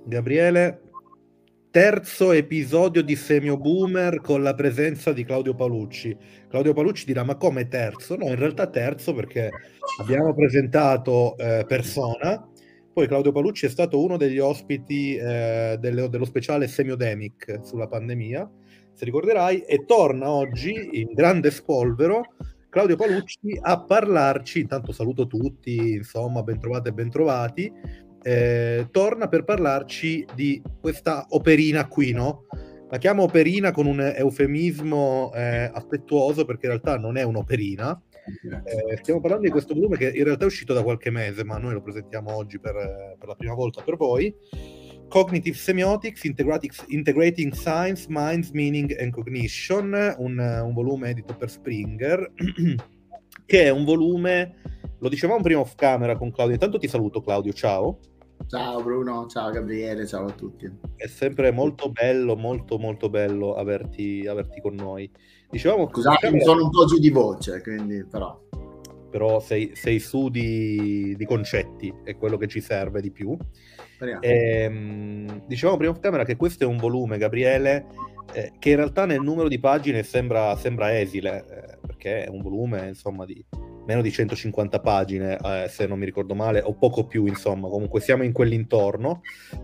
Gabriele, terzo episodio di Semio Boomer con la presenza di Claudio Paolucci. Claudio Paolucci dirà: ma come terzo? No, in realtà terzo perché abbiamo presentato Persona, poi Claudio Paolucci è stato uno degli ospiti dello speciale Semiodemic sulla pandemia, se ricorderai, e torna oggi in grande spolvero Claudio Paolucci a parlarci. Intanto saluto tutti, insomma, bentrovate e bentrovati. Torna per parlarci di questa operina qui, no? La chiamo operina con un eufemismo affettuoso, perché in realtà non è un'operina. Stiamo parlando di questo volume che in realtà è uscito da qualche mese, ma noi lo presentiamo oggi per la prima volta per voi. Cognitive Semiotics, Integrating Science, Minds, Meaning and Cognition, un volume edito per Springer, che è un volume, lo dicevamo prima off camera con Claudio. Intanto ti saluto, Claudio, ciao. Ciao Bruno, ciao Gabriele, ciao a tutti. È sempre molto bello, molto molto bello averti con noi. Dicevamo, scusate, mi sono un po' giù di voce, quindi però sei su di concetti, è quello che ci serve di più. Dicevamo prima off camera che questo è un volume, Gabriele, che in realtà nel numero di pagine sembra esile, perché è un volume, insomma, di meno di 150 pagine, se non mi ricordo male, o poco più, insomma, comunque siamo in quell'intorno.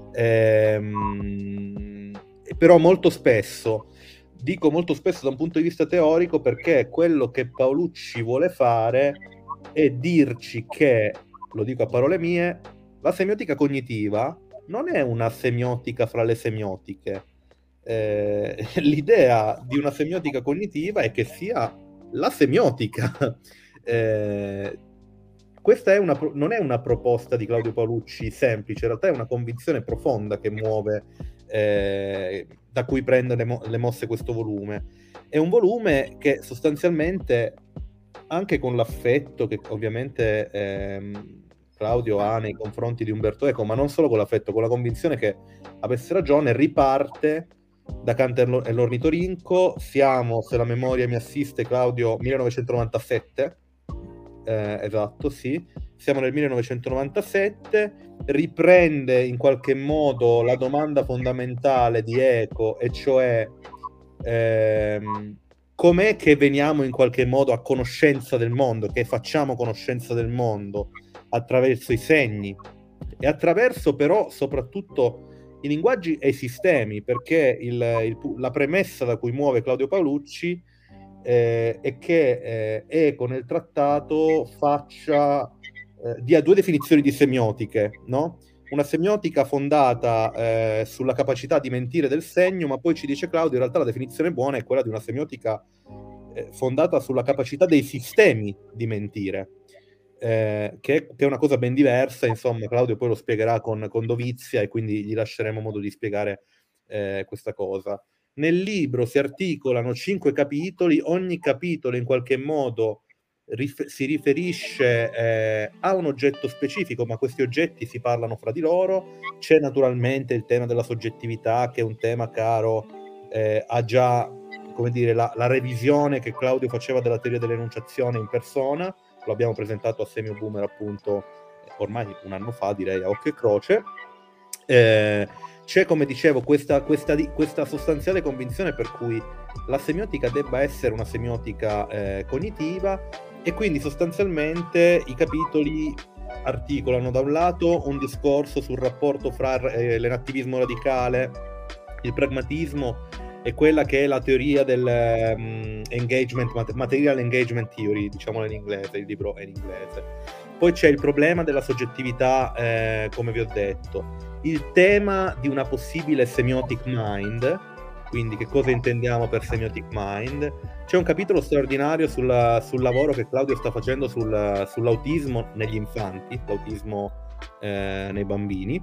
Però molto spesso, dico molto spesso da un punto di vista teorico, perché quello che Paolucci vuole fare è dirci che, lo dico a parole mie, la semiotica cognitiva non è una semiotica fra le semiotiche. L'idea di una semiotica cognitiva è che sia la semiotica. Questa non è una proposta di Claudio Paolucci semplice, in realtà è una convinzione profonda che muove, da cui prende le mosse questo volume. È un volume che sostanzialmente, anche con l'affetto che ovviamente Claudio ha nei confronti di Umberto Eco, ma non solo con l'affetto, con la convinzione che avesse ragione, riparte da Kant e l'ornitorinco. Siamo, se la memoria mi assiste, Claudio, 1997, esatto, sì, siamo nel 1997, riprende in qualche modo la domanda fondamentale di Eco, e cioè com'è che veniamo in qualche modo a conoscenza del mondo, che facciamo conoscenza del mondo attraverso i segni e attraverso però soprattutto i linguaggi e i sistemi, perché la premessa da cui muove Claudio Paolucci è che Eco nel trattato dia due definizioni di semiotiche, no? Una semiotica fondata sulla capacità di mentire del segno, ma poi ci dice Claudio, in realtà la definizione buona è quella di una semiotica fondata sulla capacità dei sistemi di mentire, che è una cosa ben diversa. Insomma, Claudio poi lo spiegherà con dovizia, e quindi gli lasceremo modo di spiegare questa cosa. Nel libro si articolano 5 capitoli, ogni capitolo in qualche modo si riferisce a un oggetto specifico, ma questi oggetti si parlano fra di loro. C'è naturalmente il tema della soggettività, che è un tema caro a già, come dire, la revisione che Claudio faceva della teoria dell'enunciazione in persona. Lo abbiamo presentato a Semio Boomer appunto ormai un anno fa, direi, a occhio e croce. C'è, come dicevo, questa sostanziale convinzione per cui la semiotica debba essere una semiotica cognitiva, e quindi sostanzialmente i capitoli articolano da un lato un discorso sul rapporto fra l'enattivismo radicale, il pragmatismo e quella che è la teoria del material engagement theory, diciamolo in inglese, il libro è in inglese. Poi c'è il problema della soggettività, come vi ho detto, il tema di una possibile semiotic mind, quindi che cosa intendiamo per semiotic mind. C'è un capitolo straordinario sul lavoro che Claudio sta facendo sull'autismo negli infanti, l'autismo nei bambini,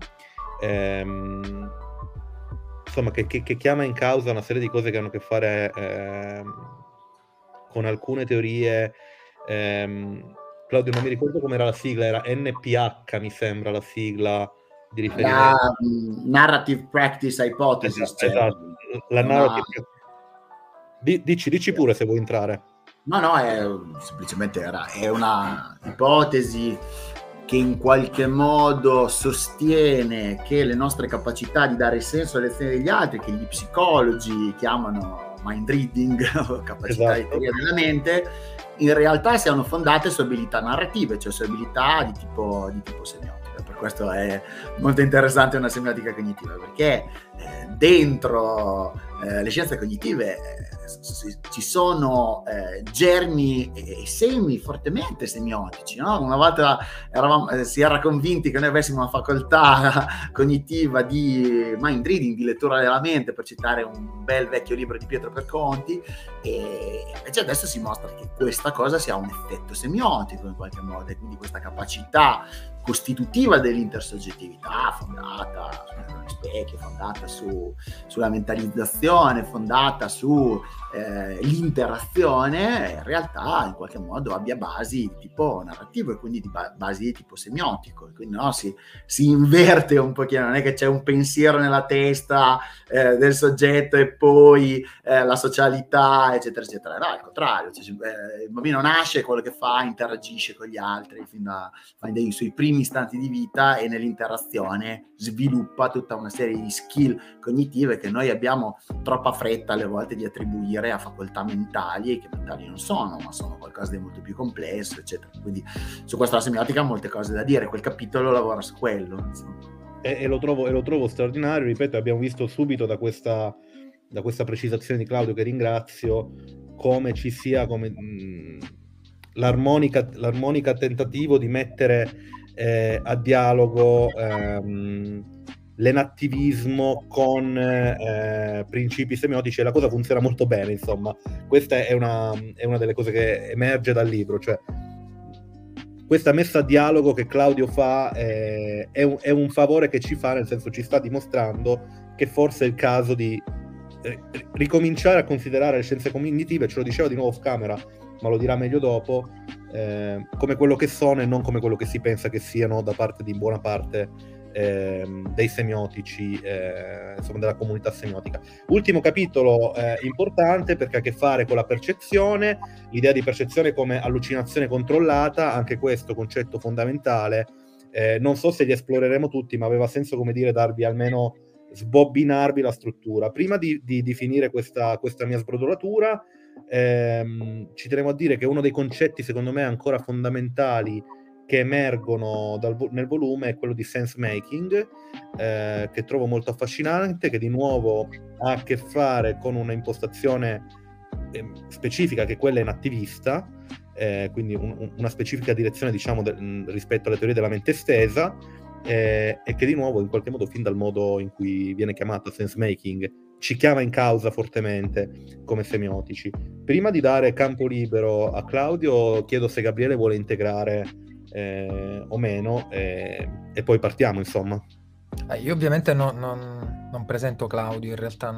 insomma, che chiama in causa una serie di cose che hanno a che fare con alcune teorie. Claudio, non mi ricordo com'era la sigla, era NPH, mi sembra la sigla di riferimento. La Narrative Practice Hypothesis. Esatto. La narrative. Dici pure se vuoi entrare. No, semplicemente è una ipotesi che in qualche modo sostiene che le nostre capacità di dare senso alle azioni degli altri, che gli psicologi chiamano mind reading o capacità di teoria della mente, in realtà siano fondate su abilità narrative, cioè su abilità di tipo semiotica. Per questo è molto interessante una semiotica cognitiva, perché dentro le scienze cognitive ci sono germi e semi fortemente semiotici, no? Una volta si era convinti che noi avessimo una facoltà cognitiva di mind reading, di lettura della mente, per citare un bel vecchio libro di Pietro Perconti, e invece adesso si mostra che questa cosa sia un effetto semiotico in qualche modo, e quindi questa capacità costitutiva dell'intersoggettività fondata sugli specchi, fondata sulla mentalizzazione, fondata su l'interazione, in realtà in qualche modo abbia basi di tipo narrativo e quindi di basi di tipo semiotico, quindi no, si inverte un pochino, non è che c'è un pensiero nella testa del soggetto e poi la socialità eccetera eccetera, no, al contrario, cioè, il bambino nasce, quello che fa, interagisce con gli altri fino ai suoi primi istanti di vita, e nell'interazione sviluppa tutta una serie di skill cognitive che noi abbiamo troppa fretta alle volte di attribuire a facoltà mentali, che mentali non sono, ma sono qualcosa di molto più complesso, eccetera. Quindi su questa la semiotica ha molte cose da dire, quel capitolo lavora su quello, e lo trovo straordinario. Ripeto, abbiamo visto subito da questa precisazione di Claudio, che ringrazio, come ci sia l'armonica tentativo di mettere a dialogo l'enattivismo con principi semiotici, e la cosa funziona molto bene, insomma. Questa è una delle cose che emerge dal libro, cioè questa messa a dialogo che Claudio fa è un favore che ci fa, nel senso ci sta dimostrando che forse è il caso di ricominciare a considerare le scienze cognitive, ce lo diceva di nuovo off camera, ma lo dirà meglio dopo, come quello che sono e non come quello che si pensa che siano da parte di buona parte dei semiotici, insomma della comunità semiotica. Ultimo capitolo importante, perché ha a che fare con la percezione, l'idea di percezione come allucinazione controllata, anche questo concetto fondamentale. Non so se li esploreremo tutti, ma aveva senso, come dire, darvi almeno, sbobbinarvi la struttura. Prima di finire questa mia sbrodolatura, ci tenevo a dire che uno dei concetti secondo me ancora fondamentali che emergono nel volume è quello di sense making, che trovo molto affascinante, che di nuovo ha a che fare con una impostazione specifica, che è quella inattivista, quindi una specifica direzione, diciamo, rispetto alle teorie della mente estesa, e che di nuovo in qualche modo, fin dal modo in cui viene chiamata sense making, ci chiama in causa fortemente come semiotici. Prima di dare campo libero a Claudio, chiedo se Gabriele vuole integrare o meno, e poi partiamo, insomma. Io ovviamente non presento Claudio, in realtà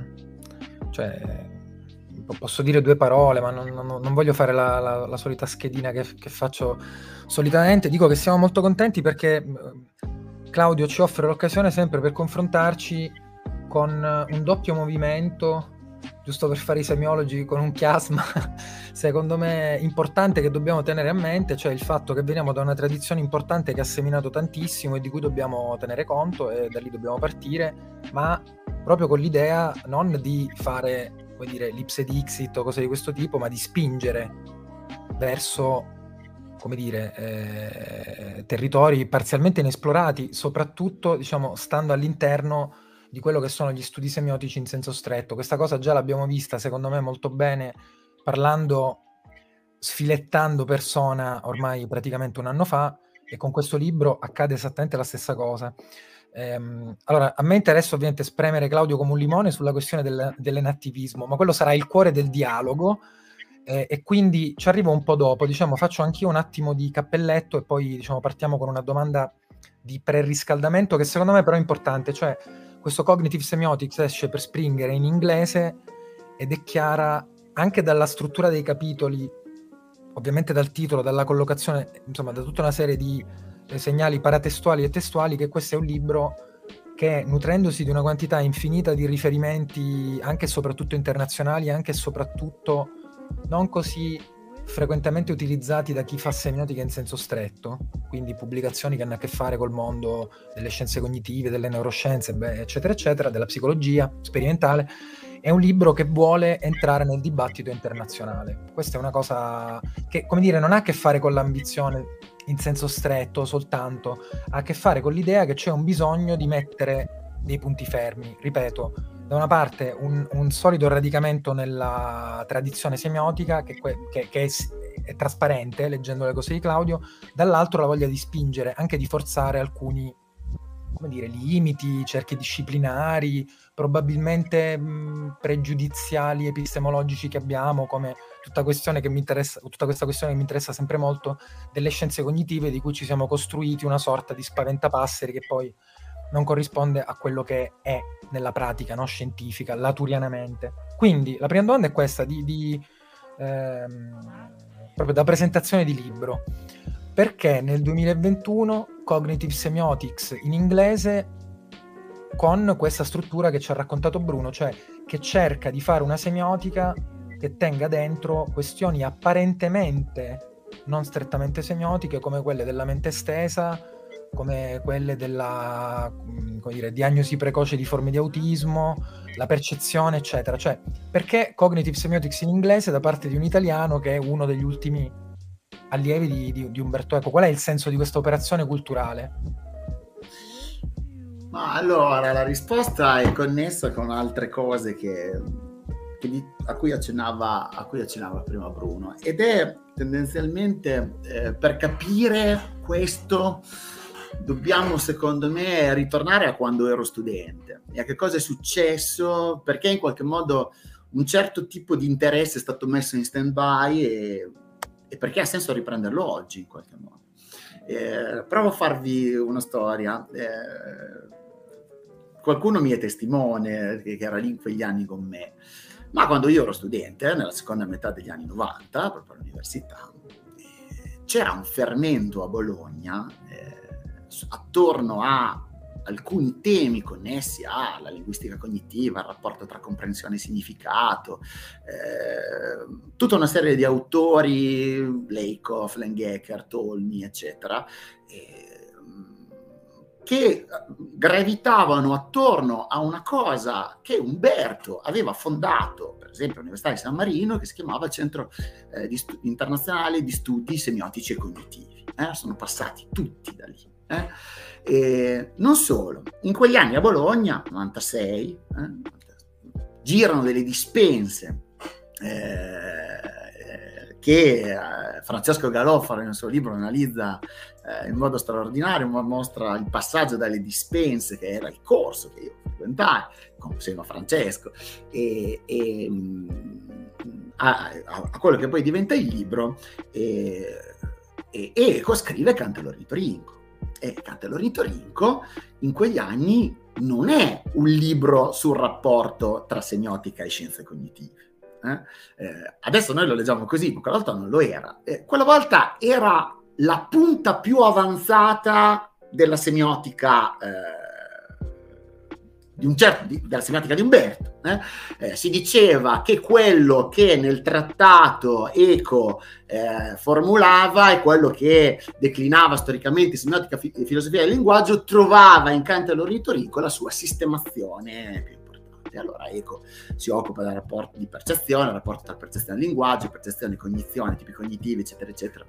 cioè, posso dire due parole, ma non voglio fare la solita schedina che faccio solitamente. Dico che siamo molto contenti perché Claudio ci offre l'occasione sempre per confrontarci con un doppio movimento, giusto per fare i semiologi con un chiasma, secondo me importante, che dobbiamo tenere a mente, cioè il fatto che veniamo da una tradizione importante che ha seminato tantissimo e di cui dobbiamo tenere conto, e da lì dobbiamo partire, ma proprio con l'idea non di fare, come dire, l'ipse dixit o cose di questo tipo, ma di spingere verso, come dire, territori parzialmente inesplorati, soprattutto, diciamo, stando all'interno di quello che sono gli studi semiotici in senso stretto. Questa cosa già l'abbiamo vista, secondo me, molto bene sfilettando Persona ormai praticamente un anno fa, e con questo libro accade esattamente la stessa cosa. Allora, a me interessa ovviamente spremere Claudio come un limone sulla questione dell'enattivismo, ma quello sarà il cuore del dialogo, e quindi ci arrivo un po' dopo, diciamo, faccio anch'io un attimo di cappelletto e poi, diciamo, partiamo con una domanda di preriscaldamento che secondo me però è importante, cioè questo Cognitive Semiotics esce per Springer in inglese ed è chiara anche dalla struttura dei capitoli, ovviamente dal titolo, dalla collocazione, insomma da tutta una serie di segnali paratestuali e testuali, che questo è un libro che, nutrendosi di una quantità infinita di riferimenti anche e soprattutto internazionali, anche e soprattutto non così frequentemente utilizzati da chi fa semiotica in senso stretto, quindi pubblicazioni che hanno a che fare col mondo delle scienze cognitive, delle neuroscienze, eccetera, eccetera, della psicologia sperimentale. È un libro che vuole entrare nel dibattito internazionale. Questa è una cosa che, come dire, non ha a che fare con l'ambizione in senso stretto soltanto, ha a che fare con l'idea che c'è un bisogno di mettere dei punti fermi. Ripeto, da una parte un solido radicamento nella tradizione semiotica che è trasparente, leggendo le cose di Claudio, dall'altro la voglia di spingere, anche di forzare alcuni, come dire, limiti, cerchi disciplinari, probabilmente pregiudiziali, epistemologici che abbiamo, come tutta questa questione che mi interessa sempre molto delle scienze cognitive, di cui ci siamo costruiti una sorta di spaventapasseri che poi non corrisponde a quello che è nella pratica, no, scientifica, laturianamente. Quindi la prima domanda è questa, proprio da presentazione di libro. Perché nel 2021 Cognitive Semiotics in inglese, con questa struttura che ci ha raccontato Bruno, cioè che cerca di fare una semiotica che tenga dentro questioni apparentemente non strettamente semiotiche, come quelle della mente estesa, come quelle della, come dire, diagnosi precoce di forme di autismo, la percezione, eccetera. Cioè, perché Cognitive Semiotics in inglese da parte di un italiano che è uno degli ultimi allievi di Umberto Eco? Qual è il senso di questa operazione culturale? Ma allora, la risposta è connessa con altre cose a cui accennava prima Bruno, ed è tendenzialmente per capire questo dobbiamo, secondo me, ritornare a quando ero studente e a che cosa è successo, perché in qualche modo un certo tipo di interesse è stato messo in stand-by e perché ha senso riprenderlo oggi in qualche modo. Provo a farvi una storia. Qualcuno mi è testimone che era lì in quegli anni con me, ma quando io ero studente, nella seconda metà degli anni 90, proprio all'università, c'era un fermento a Bologna attorno a alcuni temi connessi alla linguistica cognitiva, al rapporto tra comprensione e significato, tutta una serie di autori, Lakoff, Langecker, Tolmi, eccetera, che gravitavano attorno a una cosa che Umberto aveva fondato, per esempio all'Università di San Marino, che si chiamava Centro Internazionale di Studi Semiotici e Cognitivi. Sono passati tutti da lì. E non solo, in quegli anni a Bologna, 96, girano delle dispense che Francesco Galofaro nel suo libro analizza in modo straordinario, ma mostra il passaggio dalle dispense, che era il corso che io frequentai, come Francesco, a quello che poi diventa il libro, e coscrive Canteloritorinco. E Canteloritorinco in quegli anni non è un libro sul rapporto tra semiotica e scienze cognitive. Adesso noi lo leggiamo così, ma quella volta non lo era. Quella volta era la punta più avanzata della semiotica della semiotica di Umberto. Si diceva che quello che nel trattato Eco formulava e quello che declinava storicamente semiotica e filosofia del linguaggio trovava in Canteloritorinco la sua sistemazione più importante. Allora Eco si occupa del rapporto di percezione, il rapporto tra percezione e linguaggio, percezione e cognizione, tipi cognitivi, eccetera, eccetera,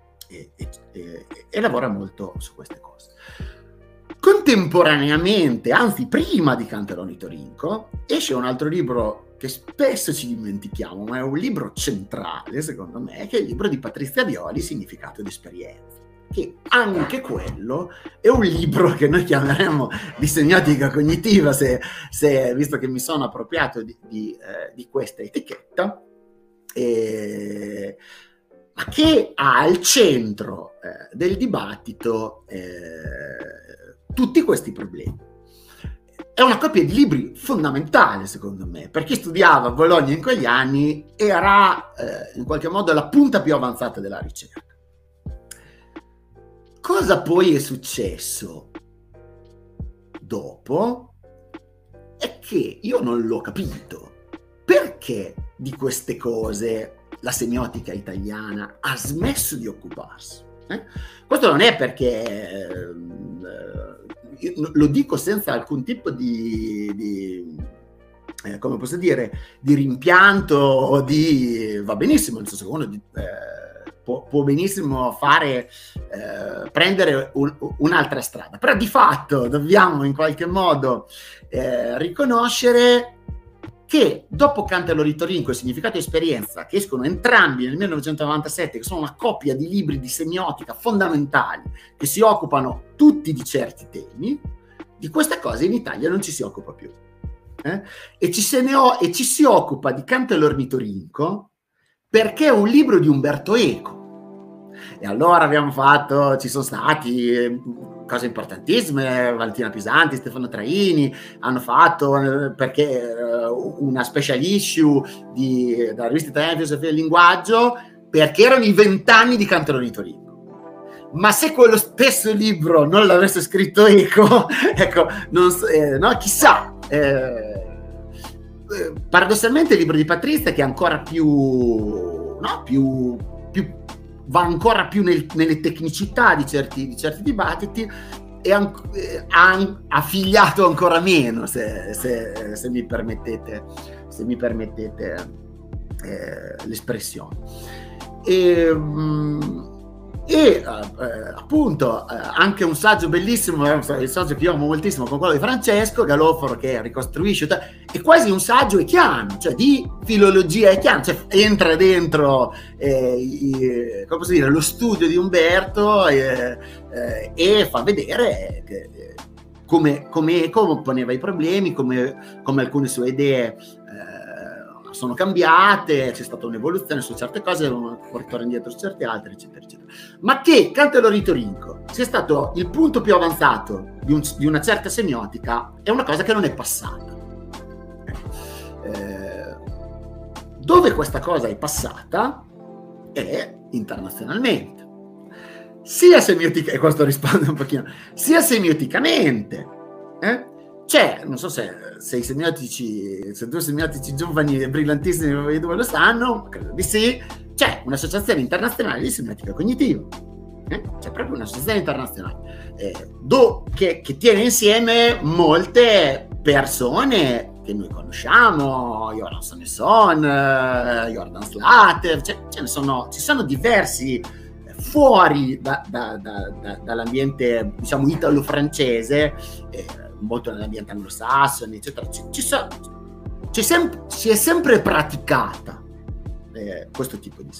e lavora molto su queste cose. Contemporaneamente, anzi prima di Canteloritorinco, esce un altro libro che spesso ci dimentichiamo, ma è un libro centrale, secondo me, che è il libro di Patrizia Violi, Significato ed Esperienza, che anche quello è un libro che noi chiameremo di semiotica cognitiva, se visto che mi sono appropriato di questa etichetta, ma che ha al centro del dibattito tutti questi problemi. È una coppia di libri fondamentale, secondo me, per chi studiava a Bologna in quegli anni. Era in qualche modo la punta più avanzata della ricerca. Cosa poi è successo dopo è che io non l'ho capito. Perché di queste cose la semiotica italiana ha smesso di occuparsi. Questo non è perché lo dico senza alcun tipo come posso dire, di rimpianto o va benissimo, nel senso che uno può benissimo prendere un'altra strada, però di fatto dobbiamo in qualche modo riconoscere che dopo Canteloro-Ritorinco e Significato e Esperienza, che escono entrambi nel 1997, che sono una coppia di libri di semiotica fondamentali che si occupano tutti di certi temi, di queste cose in Italia non ci si occupa più. E ci si occupa di Canteloro-Ritorinco perché è un libro di Umberto Eco. E allora ci sono stati cose importantissime, Valentina Pisanti, Stefano Traini hanno fatto perché una special issue della rivista italiana di filosofia del linguaggio, perché erano i 20 anni di Canteloro-Ritorinco. Ma se quello stesso libro non l'avesse scritto Eco, ecco, chissà. Paradossalmente il libro di Patrizia, che è ancora va ancora più nelle tecnicità di certi dibattiti, ha figliato ancora meno, se mi permettete l'espressione. Appunto anche un saggio bellissimo, il saggio che io amo moltissimo, con quello di Francesco Galoforo, che ricostruisce, è quasi un saggio ecchiano, cioè di filologia ecchiana, cioè entra dentro come posso dire, lo studio di Umberto e fa vedere come Eco poneva i problemi, come alcune sue idee sono cambiate, c'è stata un'evoluzione su certe cose, un ritorno indietro su certe altre, eccetera, eccetera. Ma che Canteloro-Ritorinco sia stato il punto più avanzato di una certa semiotica è una cosa che non è passata. Dove questa cosa è passata è internazionalmente. Sia semiotica, e questo risponde un pochino, sia semioticamente, c'è, non so se due semiotici giovani e brillantissimi voi due lo sanno, credo di sì, c'è un'associazione internazionale di semiotica cognitiva. C'è proprio un'associazione internazionale che tiene insieme molte persone che noi conosciamo, Joran Sonesson, Jordan Slater, ci sono diversi fuori dall'ambiente, diciamo, italo-francese, molto nell'ambiente anglosassone, eccetera. Si è sempre praticata questo tipo di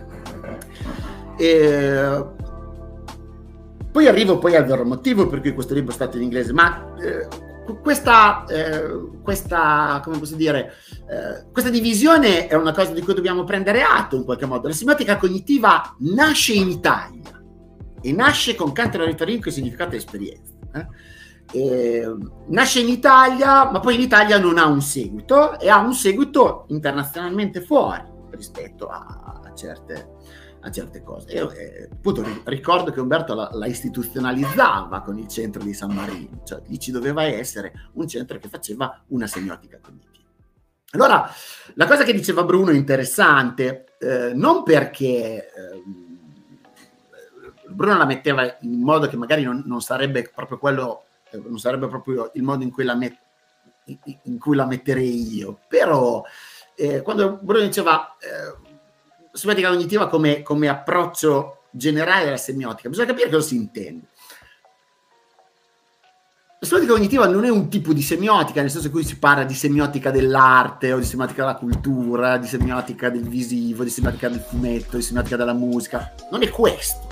serie. Poi arrivo al vero motivo per cui questo libro è stato in inglese, ma questa come posso dire, questa divisione è una cosa di cui dobbiamo prendere atto in qualche modo. La semiotica cognitiva nasce in Italia e nasce con Canteloro-Ritorinco e Significato e Esperienza. Nasce in Italia, ma poi in Italia non ha un seguito, e ha un seguito internazionalmente fuori rispetto a certe cose. Appunto ricordo che Umberto la istituzionalizzava con il centro di San Marino, cioè lì ci doveva essere un centro che faceva una semiotica cognitiva. Allora, la cosa che diceva Bruno è interessante, non perché Bruno la metteva in modo che magari non sarebbe proprio quello, non sarebbe proprio il modo in cui la metterei io, però quando Bruno diceva semiotica cognitiva come approccio generale della semiotica, bisogna capire cosa si intende. La semiotica cognitiva non è un tipo di semiotica, nel senso in cui si parla di semiotica dell'arte o di semiotica della cultura, di semiotica del visivo, di semiotica del fumetto, di semiotica della musica. Non è questo.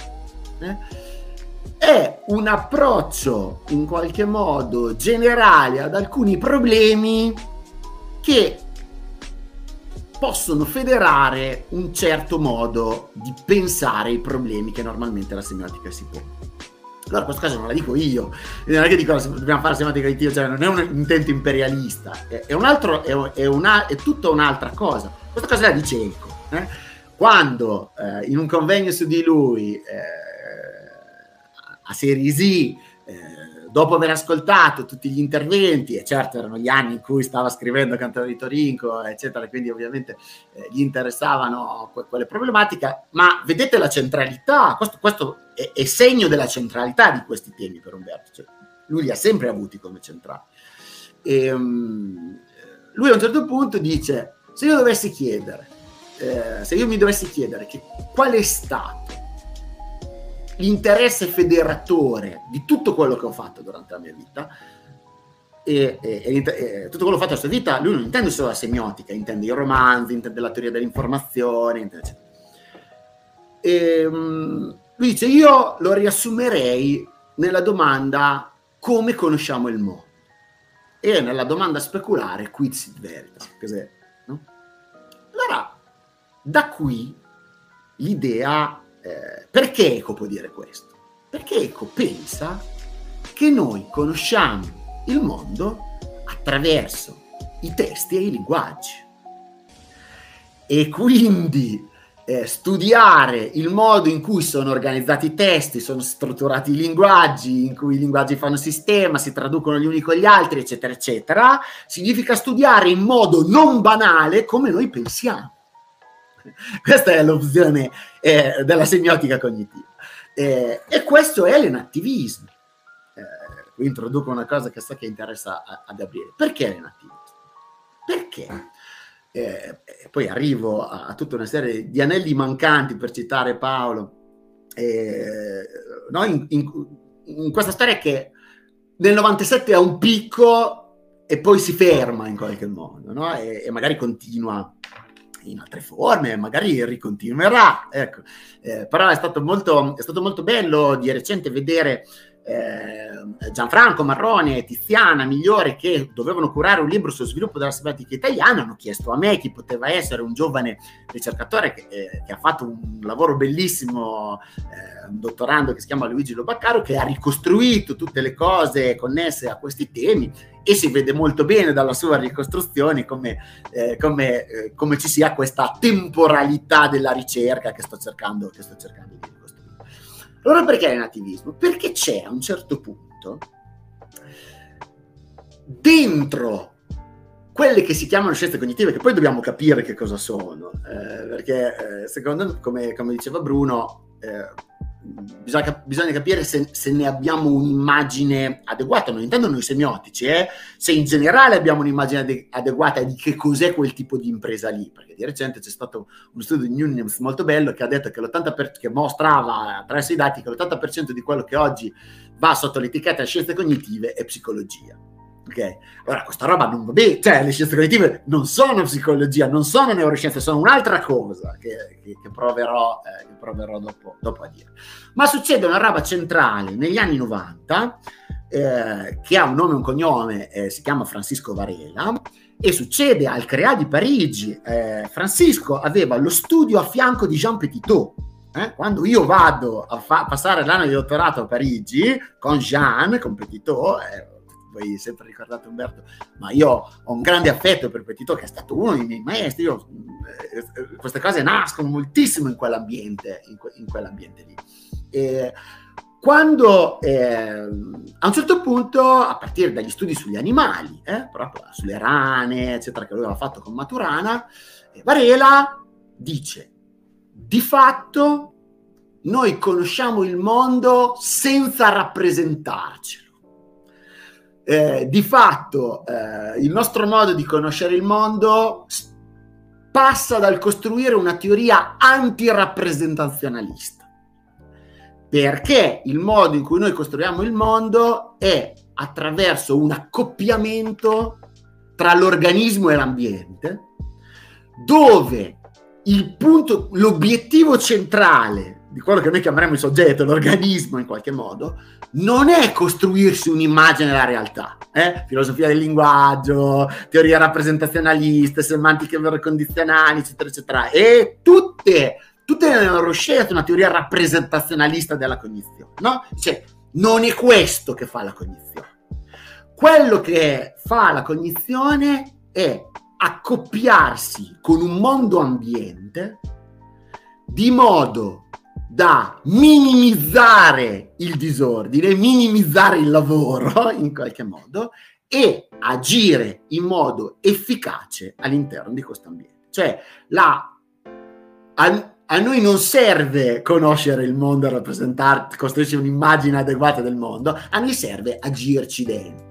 È un approccio in qualche modo generale ad alcuni problemi che possono federare un certo modo di pensare i problemi che normalmente la semiotica si pone. Allora, questa cosa non la dico io, non è che dico dobbiamo fare la semiotica cognitiva, cioè non è un intento imperialista, è tutta un'altra cosa. Questa cosa la dice Eco. Quando in un convegno su di lui a Serie Z dopo aver ascoltato tutti gli interventi, e certo erano gli anni in cui stava scrivendo Cantare di Torinco, eccetera, quindi ovviamente gli interessavano quelle problematiche, ma vedete la centralità, questo è segno della centralità di questi temi per Umberto, cioè, lui li ha sempre avuti come centrali. E, lui a un certo punto dice, se io mi dovessi chiedere che qual è stato l'interesse federatore di tutto quello che ho fatto durante la mia vita, e tutto quello che ho fatto nella sua vita, lui non intende solo la semiotica, intende i romanzi, intende la teoria dell'informazione, eccetera. E lui dice, io lo riassumerei nella domanda come conosciamo il mondo, e nella domanda speculare quid sit veritas, cos'è, no? Allora, da qui l'idea, perché Eco può dire questo? Perché Eco pensa che noi conosciamo il mondo attraverso i testi e i linguaggi, e quindi studiare il modo in cui sono organizzati i testi, sono strutturati i linguaggi, in cui i linguaggi fanno sistema, si traducono gli uni con gli altri, eccetera, eccetera, significa studiare in modo non banale come noi pensiamo. Questa è l'opzione della semiotica cognitiva, e questo è l'enattivismo. Qui introduco una cosa che so che interessa a Gabriele. Perché l'enattivismo? Perché poi arrivo a tutta una serie di anelli mancanti, per citare Paolo, no? in questa storia che nel 97 ha un picco e poi si ferma in qualche modo, no? e magari continua in altre forme, magari ricontinuerà, ecco. Però è stato molto bello di recente vedere Gianfranco Marrone e Tiziana Migliore, che dovevano curare un libro sullo sviluppo della semiotica italiana, hanno chiesto a me chi poteva essere un giovane ricercatore che ha fatto un lavoro bellissimo, un dottorando che si chiama Luigi Lobaccaro, che ha ricostruito tutte le cose connesse a questi temi, e si vede molto bene dalla sua ricostruzione come ci sia questa temporalità della ricerca che sto cercando di ricostruire. Allora perché l'enattivismo? Perché c'è a un certo punto dentro quelle che si chiamano scienze cognitive, che poi dobbiamo capire che cosa sono, perché secondo me, come diceva Bruno, bisogna capire se ne abbiamo un'immagine adeguata, non intendo noi semiotici, se in generale abbiamo un'immagine adeguata di che cos'è quel tipo di impresa lì, perché di recente c'è stato uno studio di Nunes molto bello che ha detto che mostrava attraverso i dati che l'80% di quello che oggi va sotto l'etichetta scienze cognitive è psicologia. Ok, allora questa roba non va bene, cioè le scienze cognitive non sono psicologia, non sono neuroscienze, sono un'altra cosa che proverò dopo a dire. Ma succede una roba centrale negli anni 90 che ha un nome e un cognome, si chiama Francisco Varela, e succede al CREA di Parigi. Francisco aveva lo studio a fianco di Jean Petitot. Quando io vado a passare l'anno di dottorato a Parigi con Petitot, voi sempre ricordate Umberto, ma io ho un grande affetto per Petitot, che è stato uno dei miei maestri. Queste cose nascono moltissimo in quell'ambiente lì. Quando a un certo punto, a partire dagli studi sugli animali, proprio sulle rane, eccetera, che lui aveva fatto con Maturana, Varela dice: di fatto noi conosciamo il mondo senza rappresentarcelo. Di fatto il nostro modo di conoscere il mondo passa dal costruire una teoria antirappresentazionalista, perché il modo in cui noi costruiamo il mondo è attraverso un accoppiamento tra l'organismo e l'ambiente, dove l'obiettivo centrale di quello che noi chiameremo il soggetto, l'organismo in qualche modo, non è costruirsi un'immagine della realtà, filosofia del linguaggio, teorie rappresentazionaliste, semantiche verocondizionali, eccetera, eccetera, e tutte le neuroscienze una teoria rappresentazionalista della cognizione, no? Cioè, non è questo che fa la cognizione. Quello che fa la cognizione è accoppiarsi con un mondo ambiente di modo da minimizzare il disordine, minimizzare il lavoro in qualche modo e agire in modo efficace all'interno di questo ambiente. Cioè a noi non serve conoscere il mondo e rappresentare, costruirci un'immagine adeguata del mondo, a noi serve agirci dentro.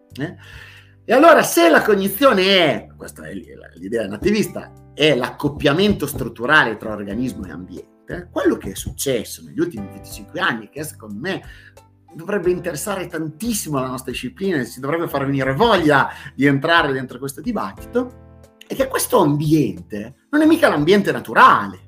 E allora, se la cognizione è, questa è l'idea nativista, è l'accoppiamento strutturale tra organismo e ambiente, quello che è successo negli ultimi 25 anni, che secondo me dovrebbe interessare tantissimo la nostra disciplina e si dovrebbe far venire voglia di entrare dentro questo dibattito, è che questo ambiente non è mica l'ambiente naturale,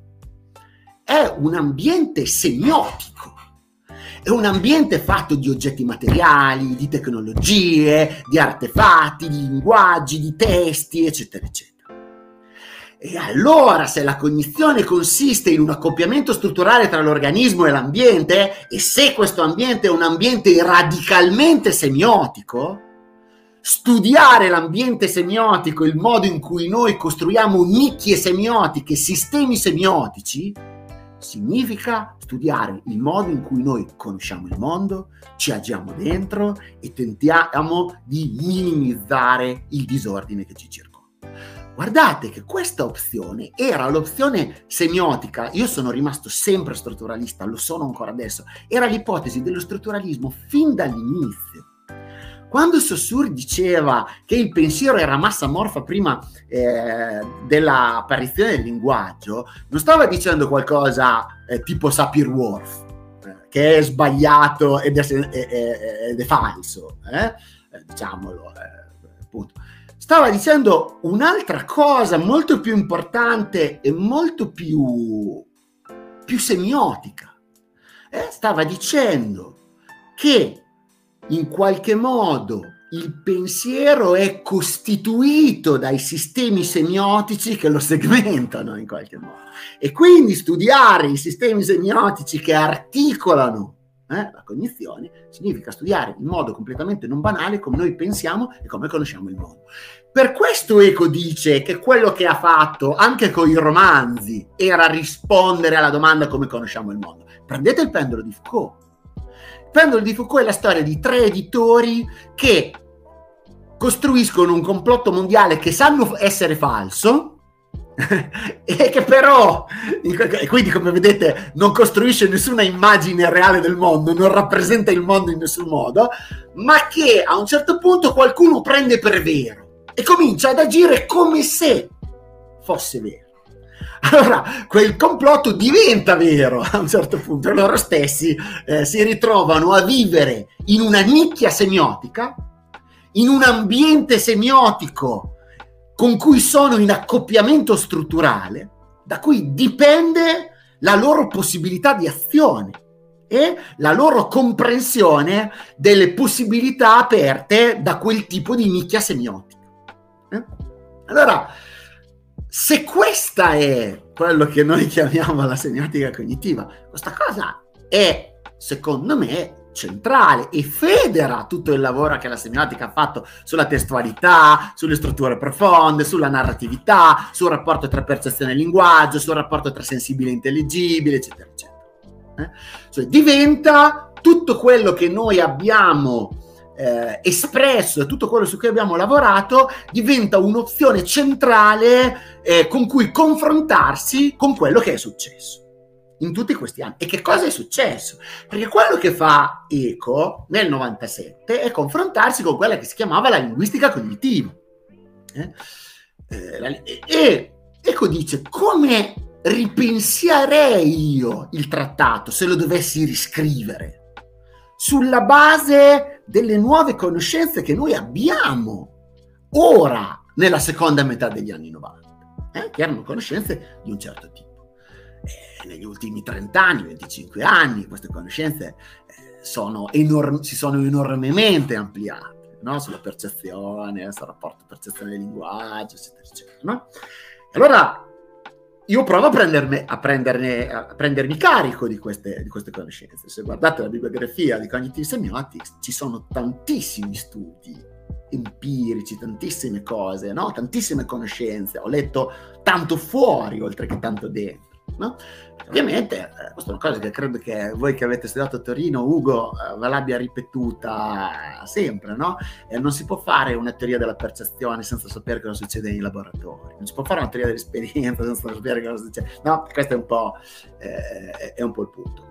è un ambiente semiotico. È un ambiente fatto di oggetti materiali, di tecnologie, di artefatti, di linguaggi, di testi, eccetera, eccetera. E allora, se la cognizione consiste in un accoppiamento strutturale tra l'organismo e l'ambiente, e se questo ambiente è un ambiente radicalmente semiotico, studiare l'ambiente semiotico, il modo in cui noi costruiamo nicchie semiotiche, sistemi semiotici, significa studiare il modo in cui noi conosciamo il mondo, ci agiamo dentro e tentiamo di minimizzare il disordine che ci circonda. Guardate che questa opzione era l'opzione semiotica. Io sono rimasto sempre strutturalista, lo sono ancora adesso. Era l'ipotesi dello strutturalismo fin dall'inizio. Quando Saussure diceva che il pensiero era massa amorfa prima dell'apparizione del linguaggio, non stava dicendo qualcosa tipo Sapir-Whorf, che è sbagliato ed è falso, diciamolo, appunto. Stava dicendo un'altra cosa molto più importante e molto più semiotica. Stava dicendo che in qualche modo il pensiero è costituito dai sistemi semiotici che lo segmentano in qualche modo, e quindi studiare i sistemi semiotici che articolano la cognizione significa studiare in modo completamente non banale come noi pensiamo e come conosciamo il mondo. Per questo Eco dice che quello che ha fatto anche con i romanzi era rispondere alla domanda come conosciamo il mondo. Prendete il pendolo di Foucault. Il pendolo di Foucault è la storia di 3 editori che costruiscono un complotto mondiale che sanno essere falso e che però, e quindi come vedete non costruisce nessuna immagine reale del mondo, non rappresenta il mondo in nessun modo, ma che a un certo punto qualcuno prende per vero e comincia ad agire come se fosse vero. Allora quel complotto diventa vero a un certo punto e loro stessi si ritrovano a vivere in una nicchia semiotica, in un ambiente semiotico con cui sono in accoppiamento strutturale, da cui dipende la loro possibilità di azione e la loro comprensione delle possibilità aperte da quel tipo di nicchia semiotica. Allora, se questa è quello che noi chiamiamo la semiotica cognitiva, questa cosa è, secondo me, centrale e federa tutto il lavoro che la semiotica ha fatto sulla testualità, sulle strutture profonde, sulla narratività, sul rapporto tra percezione e linguaggio, sul rapporto tra sensibile e intelligibile, eccetera, eccetera. Cioè diventa tutto quello che noi abbiamo espresso e tutto quello su cui abbiamo lavorato, diventa un'opzione centrale con cui confrontarsi con quello che è successo in tutti questi anni. E che cosa è successo? Perché quello che fa Eco nel 97 è confrontarsi con quella che si chiamava la linguistica cognitiva. E Eco dice: come ripenserei io il trattato se lo dovessi riscrivere sulla base delle nuove conoscenze che noi abbiamo ora nella seconda metà degli anni 90, che erano conoscenze di un certo tipo. Negli ultimi 30 anni, 25 anni, queste conoscenze si sono enormemente ampliate, no? Sulla percezione, sul rapporto percezione-linguaggio, eccetera, eccetera, no? Allora io provo a prendermi carico di queste conoscenze. Se guardate la bibliografia di Cognitive Semiotics, ci sono tantissimi studi empirici, tantissime cose, no? Tantissime conoscenze. Ho letto tanto fuori oltre che tanto dentro. no? Ovviamente, questa è una cosa che credo che voi che avete studiato a Torino, Ugo, ve l'abbia ripetuta sempre, no? Non si può fare una teoria della percezione senza sapere cosa succede nei laboratori, non si può fare una teoria dell'esperienza senza sapere cosa succede, no? Questo è un po' il punto.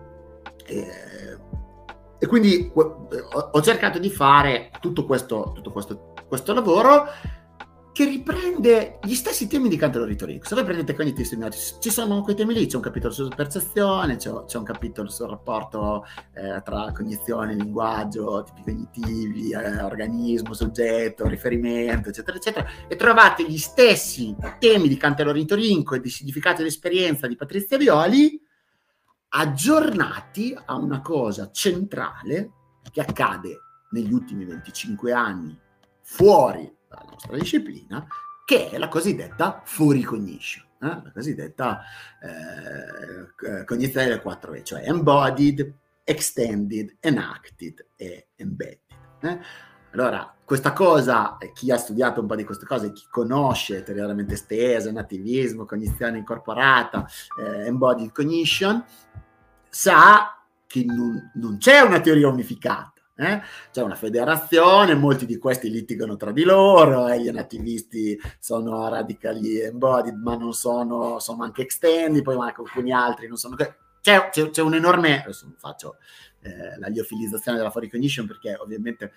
E quindi ho cercato di fare tutto questo lavoro che riprende gli stessi temi di Cantor Ornitorrinco. Se voi prendete Cognitive Semiotics, ci sono quei temi lì, c'è un capitolo sulla percezione, c'è un capitolo sul rapporto tra cognizione, linguaggio, tipi cognitivi, organismo, soggetto, riferimento, eccetera, eccetera, e trovate gli stessi temi di Cantor Ornitorrinco e di significato dell'esperienza di Patrizia Violi, aggiornati a una cosa centrale che accade negli ultimi 25 anni fuori dalla nostra disciplina, che è la cosiddetta full cognition, la cosiddetta cognizione delle 4E, cioè embodied, extended, enacted e embedded. Allora, questa cosa, chi ha studiato un po' di queste cose, chi conosce teoricamente estesa, nativismo, cognizione incorporata, embodied cognition, sa che non c'è una teoria unificata. C'è una federazione, molti di questi litigano tra di loro, gli nativisti sono radicali embodied, ma non sono anche extended, poi anche alcuni altri non sono. C'è un enorme, adesso non faccio la liofilizzazione della full cognition, perché ovviamente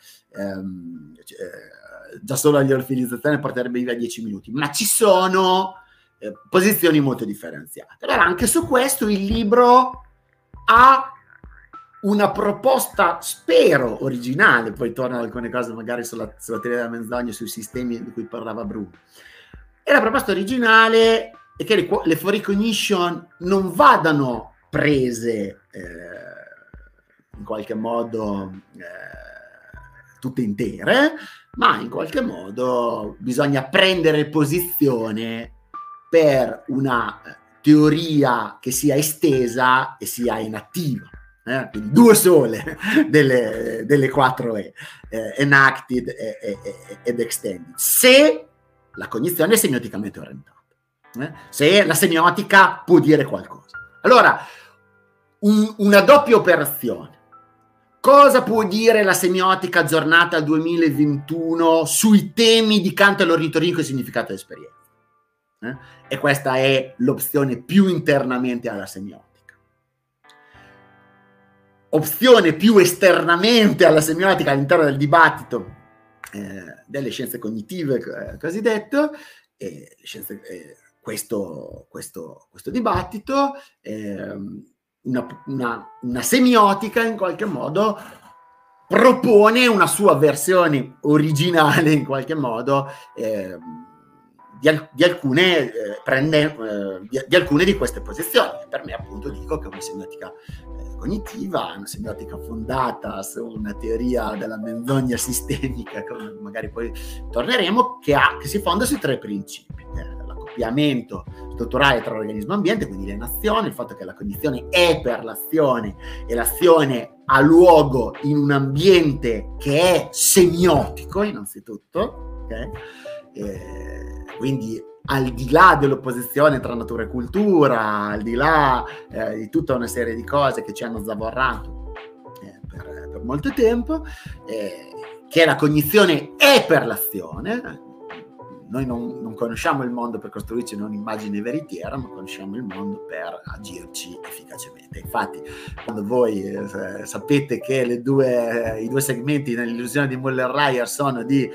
già solo la liofilizzazione porterebbe via 10 minuti, ma ci sono posizioni molto differenziate. Allora anche su questo il libro ha una proposta, spero, originale, poi torno ad alcune cose magari sulla teoria della menzogna, sui sistemi di cui parlava Bruno. E la proposta originale è che le full cognition non vadano prese in qualche modo tutte intere, ma in qualche modo bisogna prendere posizione per una teoria che sia estesa e sia inattiva. Quindi due sole delle 4E, enacted ed extended, se la cognizione è semioticamente orientata, se la semiotica può dire qualcosa. Allora, una doppia operazione. Cosa può dire la semiotica aggiornata al 2021 sui temi di Cantor Ornitorrinco e significato dell'esperienza? E questa è l'opzione più internamente alla semiotica. Opzione più esternamente alla semiotica all'interno del dibattito delle scienze cognitive cosiddetto, questo dibattito, una semiotica in qualche modo propone una sua versione originale in qualche modo di alcune di queste posizioni. Per me appunto dico che una semiotica cognitiva, una semiotica fondata su una teoria della menzogna sistemica, come magari poi torneremo, che si fonda sui tre principi: l'accoppiamento strutturale tra organismo e ambiente, quindi le nazioni, il fatto che la cognizione è per l'azione e l'azione ha luogo in un ambiente che è semiotico innanzitutto, okay? Quindi al di là dell'opposizione tra natura e cultura, al di là di tutta una serie di cose che ci hanno zavorrato per molto tempo, che la cognizione è per l'azione. Noi non conosciamo il mondo per costruirci un'immagine veritiera, ma conosciamo il mondo per agirci efficacemente. Infatti, quando voi sapete che i due segmenti nell'illusione di Müller-Ryer sono di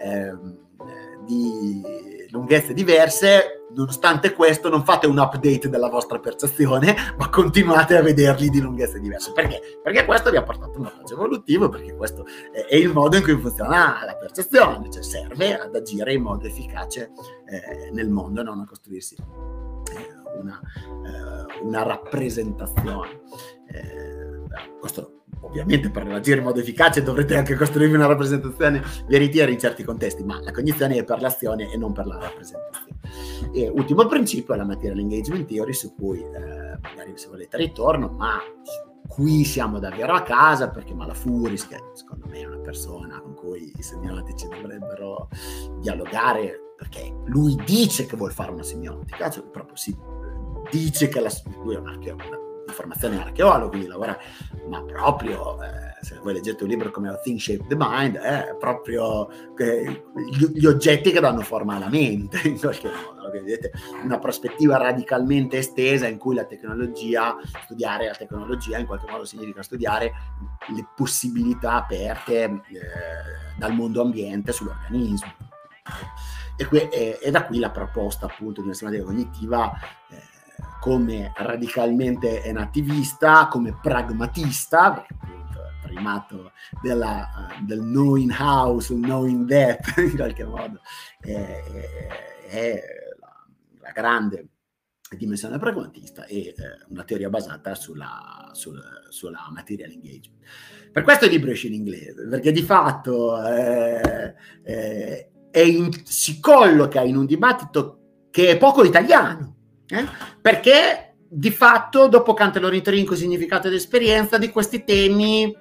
lunghezze diverse, nonostante questo non fate un update della vostra percezione, ma continuate a vederli di lunghezze diverse. Perché? Perché questo vi ha portato un vantaggio evolutivo, perché questo è il modo in cui funziona la percezione, cioè serve ad agire in modo efficace nel mondo, non a costruirsi una rappresentazione. Questo ovviamente per agire in modo efficace dovrete anche costruirvi una rappresentazione veritiera in certi contesti, ma la cognizione è per l'azione e non per la rappresentazione. E ultimo principio è la material engagement theory, su cui magari se volete ritorno, ma qui siamo davvero a casa, perché Malafuris, che secondo me è una persona con cui i semiotici dovrebbero dialogare, perché lui dice che vuol fare una semiotica, cioè proprio si dice che lui è di formazione archeologo, quindi lavora, ma proprio se voi leggete un libro come A Thing Shaped the Mind, è proprio gli oggetti che danno forma alla mente, in qualche modo. Vedete, una prospettiva radicalmente estesa in cui studiare la tecnologia in qualche modo significa studiare le possibilità aperte dal mondo ambiente sull'organismo. E da qui la proposta appunto di una sistematica cognitiva come radicalmente enativista, come pragmatista, perché appunto il primato del knowing how sul knowing that in qualche modo è la grande dimensione pragmatista e una teoria basata sulla material engagement. Per questo il libro esce in inglese, perché di fatto si colloca in un dibattito che è poco italiano, perché di fatto dopo Kant e l'ornitorinco, significato ed esperienza, di questi temi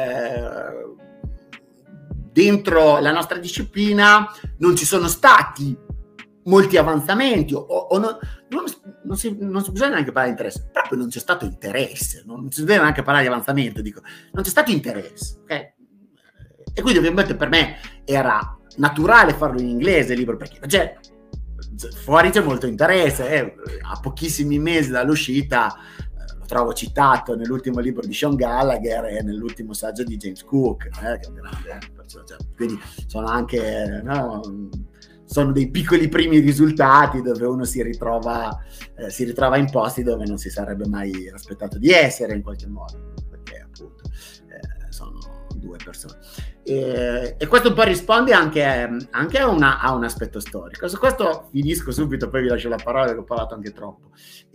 dentro la nostra disciplina non ci sono stati molti avanzamenti non si bisogna neanche parlare di interesse, proprio non c'è stato interesse, non si deve neanche parlare di avanzamento, dico, non c'è stato interesse, okay? E quindi ovviamente per me era naturale farlo in inglese il libro, perché fuori c'è molto interesse, a pochissimi mesi dall'uscita lo trovo citato nell'ultimo libro di Sean Gallagher e nell'ultimo saggio di James Cook, che è un grande, quindi sono anche sono dei piccoli primi risultati dove uno si ritrova in posti dove non si sarebbe mai aspettato di essere in qualche modo, perché appunto sono due persone. E questo un po' risponde anche a un aspetto storico. Su questo finisco subito, poi vi lascio la parola perché ho parlato anche troppo.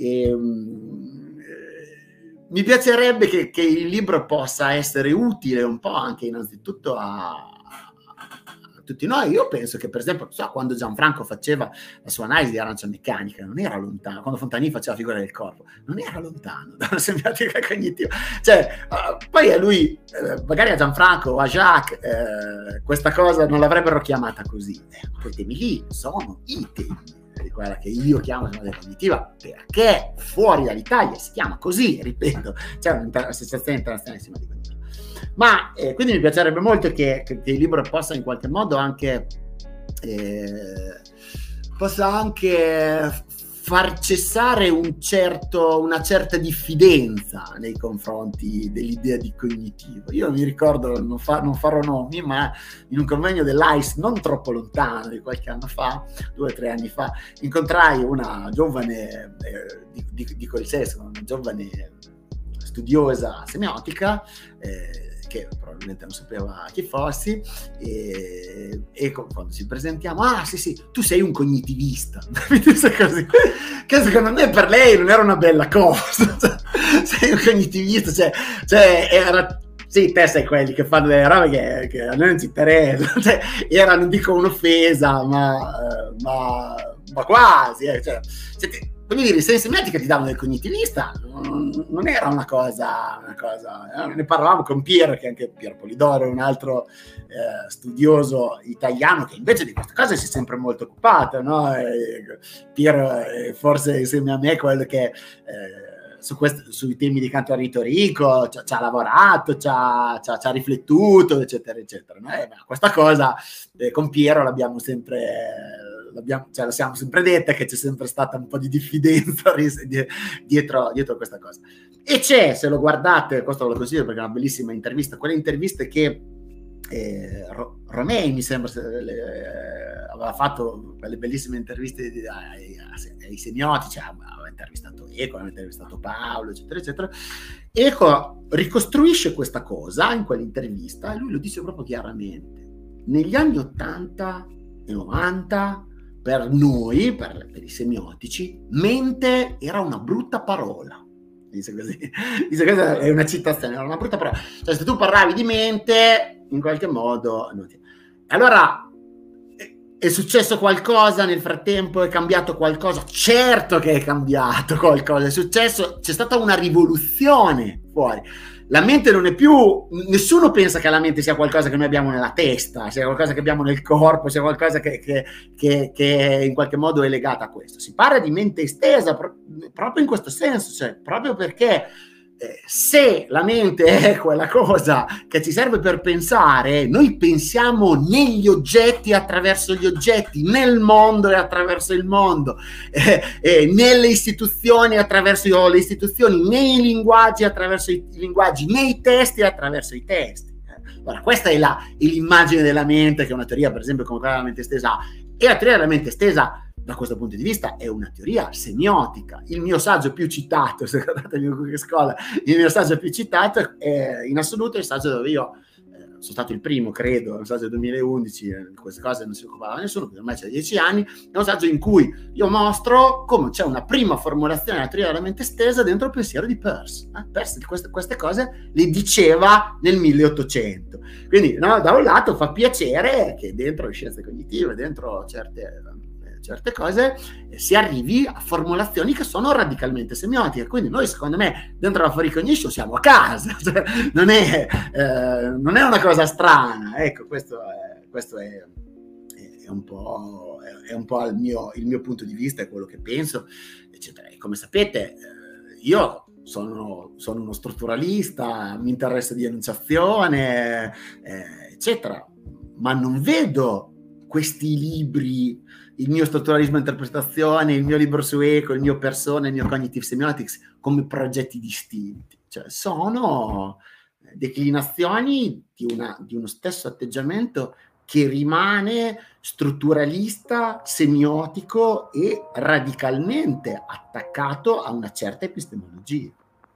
Mi piacerebbe che il libro possa essere utile un po' anche innanzitutto a tutti noi. Io penso che per esempio quando Gianfranco faceva la sua analisi di arancia meccanica non era lontano, quando Fontani faceva la figura del corpo non era lontano dalla semiotica cognitiva, poi a lui magari a Gianfranco o a Jacques questa cosa non l'avrebbero chiamata così, quei temi lì sono i temi di quella che io chiamo semiotica cognitiva, perché fuori dall'Italia si chiama così, ripeto, c'è un'associazione internazionale di semiotica cognitiva. Ma quindi mi piacerebbe molto che il libro possa in qualche modo anche far cessare una certa diffidenza nei confronti dell'idea di cognitivo. Io mi ricordo, non farò nomi, ma in un convegno dell'AIS non troppo lontano, di qualche anno fa, 2 o 3 anni fa, incontrai una giovane, dico il sesso, una giovane studiosa semiotica, che probabilmente non sapeva chi fossi, e quando ci presentiamo, sì, tu sei un cognitivista, così, che secondo me per lei non era una bella cosa, sei un cognitivista, era, sì, te sei quelli che fanno delle robe che a noi non ci interessa, era, non dico un'offesa, ma quasi, voglio dire, se in semiotica ti davano del cognitivista non era una cosa ne parlavamo con Piero, che anche Piero Polidoro, un altro studioso italiano che invece di queste cose si è sempre molto occupato, no? Piero forse insieme a me quello che sui temi di Kant e Ornitorinco ci ha lavorato, ci ha riflettuto, eccetera eccetera, no? Questa cosa con Piero l'abbiamo sempre la siamo sempre detta, che c'è sempre stata un po' di diffidenza dietro questa cosa. E c'è, se lo guardate, questo lo consiglio perché è una bellissima intervista, quelle interviste che Romei mi sembra aveva fatto, quelle bellissime interviste ai semiotici, aveva intervistato Eco, aveva intervistato Paolo, eccetera eccetera. Eco ricostruisce questa cosa in quell'intervista e lui lo dice proprio chiaramente: negli anni 80 e 90 per noi, per i semiotici, mente era una brutta parola. Dice così. Questa è una citazione, era una brutta parola. Cioè, se tu parlavi di mente, in qualche modo... Allora, è successo qualcosa nel frattempo? È cambiato qualcosa? Certo che è cambiato qualcosa, è successo, c'è stata una rivoluzione fuori. la mente non è più, nessuno pensa che la mente sia qualcosa che noi abbiamo nella testa, sia qualcosa che abbiamo nel corpo, sia qualcosa che in qualche modo è legata a questo. Si parla di mente estesa proprio in questo senso, cioè proprio perché se la mente è quella cosa che ci serve per pensare, noi pensiamo negli oggetti, attraverso gli oggetti, nel mondo e attraverso il mondo, nelle istituzioni attraverso le istituzioni, nei linguaggi attraverso i linguaggi, nei testi attraverso i testi. Allora, questa è l'immagine della mente che una teoria, per esempio, come quella della mente estesa ha. E la teoria della mente estesa, da questo punto di vista, è una teoria semiotica. Il mio saggio più citato, se guardate il mio Google Scholar, il mio saggio più citato è in assoluto il saggio dove io sono stato il primo, credo, un saggio del 2011, queste cose non si occupava nessuno, perché ormai c'è 10 anni, è un saggio in cui io mostro come c'è una prima formulazione della teoria della mente estesa dentro il pensiero di Peirce. Peirce queste cose le diceva nel 1800. Quindi, no, da un lato fa piacere che dentro le scienze cognitive, dentro certe cose, si arrivi a formulazioni che sono radicalmente semiotiche. Quindi noi, secondo me, dentro la Free Cognition siamo a casa, cioè, non è una cosa strana. Ecco, questo è un po' il mio punto di vista, è quello che penso, eccetera. E come sapete, io sono uno strutturalista, mi interessa di enunciazione, eccetera, ma non vedo questi libri, il mio strutturalismo e interpretazione, il mio libro su Eco, il mio Persona, il mio Cognitive Semiotics come progetti distinti, cioè sono declinazioni di uno stesso atteggiamento che rimane strutturalista, semiotico e radicalmente attaccato a una certa epistemologia.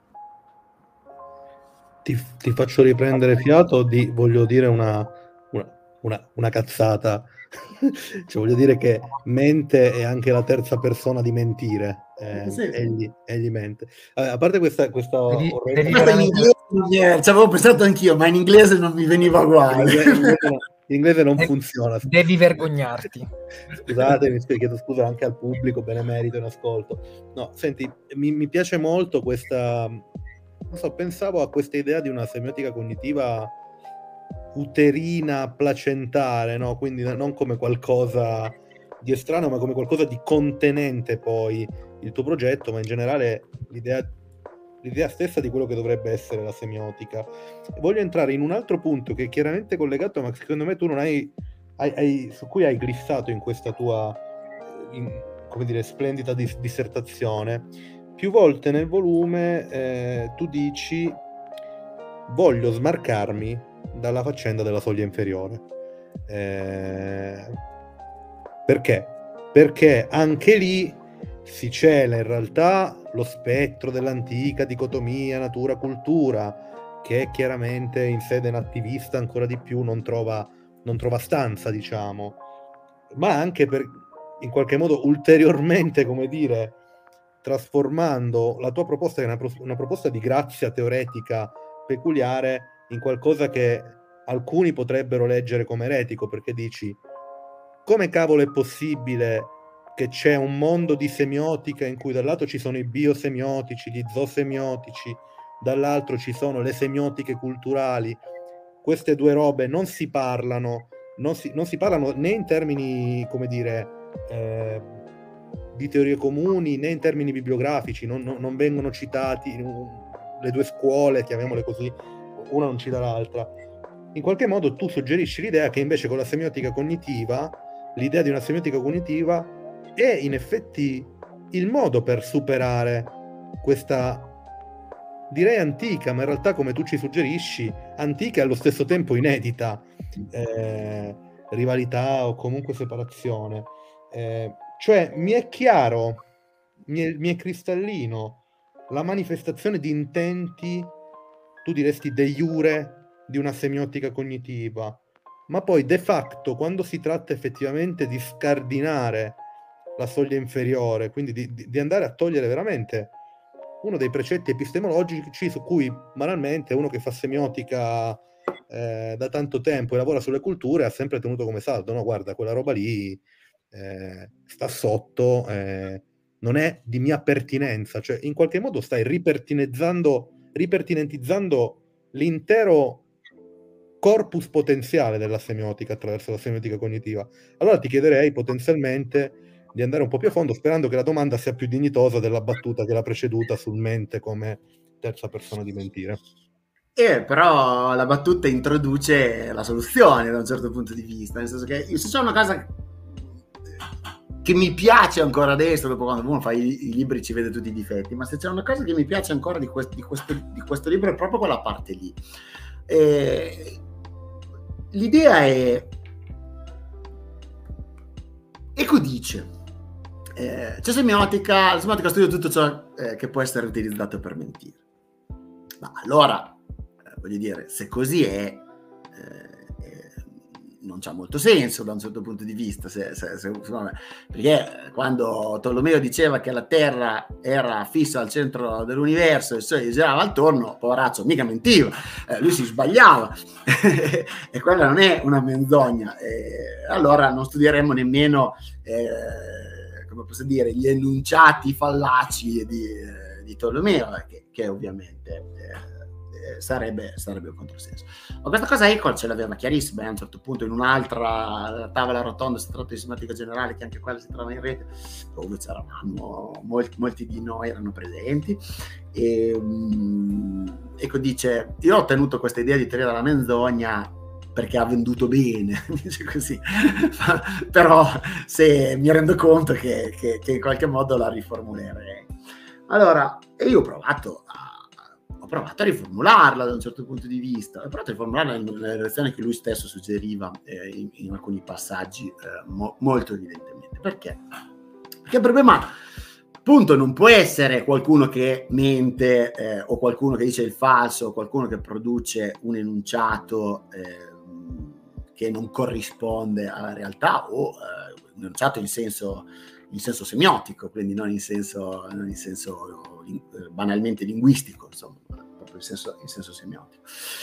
Ti faccio riprendere fiato, voglio dire una cazzata. Cioè, voglio dire che mente è anche la terza persona di mentire. Sì. Egli mente. A parte questa in inglese, ci avevo pensato anch'io, ma in inglese non mi veniva uguale. In inglese non funziona. Devi vergognarti. Scusatemi, chiedo scusa anche al pubblico benemerito in ascolto. No, senti, mi piace molto questa, non so, pensavo a questa idea di una semiotica cognitiva uterina, placentare, no? Quindi non come qualcosa di estraneo, ma come qualcosa di contenente poi il tuo progetto, ma in generale l'idea stessa di quello che dovrebbe essere la semiotica. Voglio entrare in un altro punto che è chiaramente collegato, ma secondo me tu non su cui hai glissato in questa tua come dire, splendida dissertazione. Più volte nel volume tu dici: voglio smarcarmi dalla faccenda della soglia inferiore. Perché? Perché anche lì si cela in realtà lo spettro dell'antica dicotomia natura-cultura, che chiaramente in sede nattivista ancora di più non trova stanza, diciamo, ma anche per in qualche modo ulteriormente, come dire, trasformando la tua proposta, che è una proposta di grazia teoretica peculiare, in qualcosa che alcuni potrebbero leggere come eretico, perché dici: come cavolo è possibile che c'è un mondo di semiotica in cui da un lato ci sono i biosemiotici, gli zoosemiotici, dall'altro ci sono le semiotiche culturali, queste due robe non si parlano né in termini, come dire, di teorie comuni, né in termini bibliografici, non vengono citati le due scuole, chiamiamole così, una non cita l'altra. In qualche modo tu suggerisci l'idea che invece con la semiotica cognitiva, l'idea di una semiotica cognitiva è in effetti il modo per superare questa, direi antica, ma in realtà, come tu ci suggerisci, antica e allo stesso tempo inedita rivalità o comunque separazione. Cioè mi è chiaro, mi è cristallino la manifestazione di intenti, tu diresti de iure, di una semiotica cognitiva, ma poi de facto, quando si tratta effettivamente di scardinare la soglia inferiore, quindi di andare a togliere veramente uno dei precetti epistemologici su cui banalmente uno che fa semiotica da tanto tempo e lavora sulle culture ha sempre tenuto come saldo: no, guarda, quella roba lì sta sotto, non è di mia pertinenza, cioè in qualche modo stai ripertinezzando ripertinentizzando l'intero corpus potenziale della semiotica attraverso la semiotica cognitiva, allora ti chiederei potenzialmente di andare un po' più a fondo, sperando che la domanda sia più dignitosa della battuta che l'ha preceduta sul mente come terza persona di mentire. Però la battuta introduce la soluzione da un certo punto di vista, nel senso che se c'è una cosa che mi piace ancora adesso, dopo quando uno fa i libri ci vede tutti i difetti, ma se c'è una cosa che mi piace ancora di questo libro è proprio quella parte lì. L'idea è, Eco dice, c'è semiotica, la semiotica studia tutto ciò che può essere utilizzato per mentire. Ma allora, voglio dire, se così è, non c'ha molto senso da un certo punto di vista, perché quando Tolomeo diceva che la Terra era fissa al centro dell'universo e il Sole girava attorno, poveraccio, mica mentiva, lui si sbagliava e quella non è una menzogna, allora non studieremmo nemmeno come posso dire, gli enunciati fallaci di Tolomeo, che ovviamente sarebbe un controsenso. Ma questa cosa Eco ce l'aveva chiarissima, a un certo punto in un'altra tavola rotonda, si tratta di semiotica generale, che anche quella si trova in rete, dove c'eravamo, molti di noi erano presenti, e Eco dice, io ho ottenuto questa idea di teoria della menzogna perché ha venduto bene, dice così, però se mi rendo conto che in qualche modo la riformulerei. Allora, e io ho provato a riformularla da un certo punto di vista, ho provato a riformularla nella direzione che lui stesso suggeriva in alcuni passaggi molto evidentemente. Perché? Perché il problema, appunto, non può essere qualcuno che mente o qualcuno che dice il falso o qualcuno che produce un enunciato che non corrisponde alla realtà o un enunciato in senso semiotico, quindi non in senso banalmente linguistico, insomma, proprio in senso semiotico.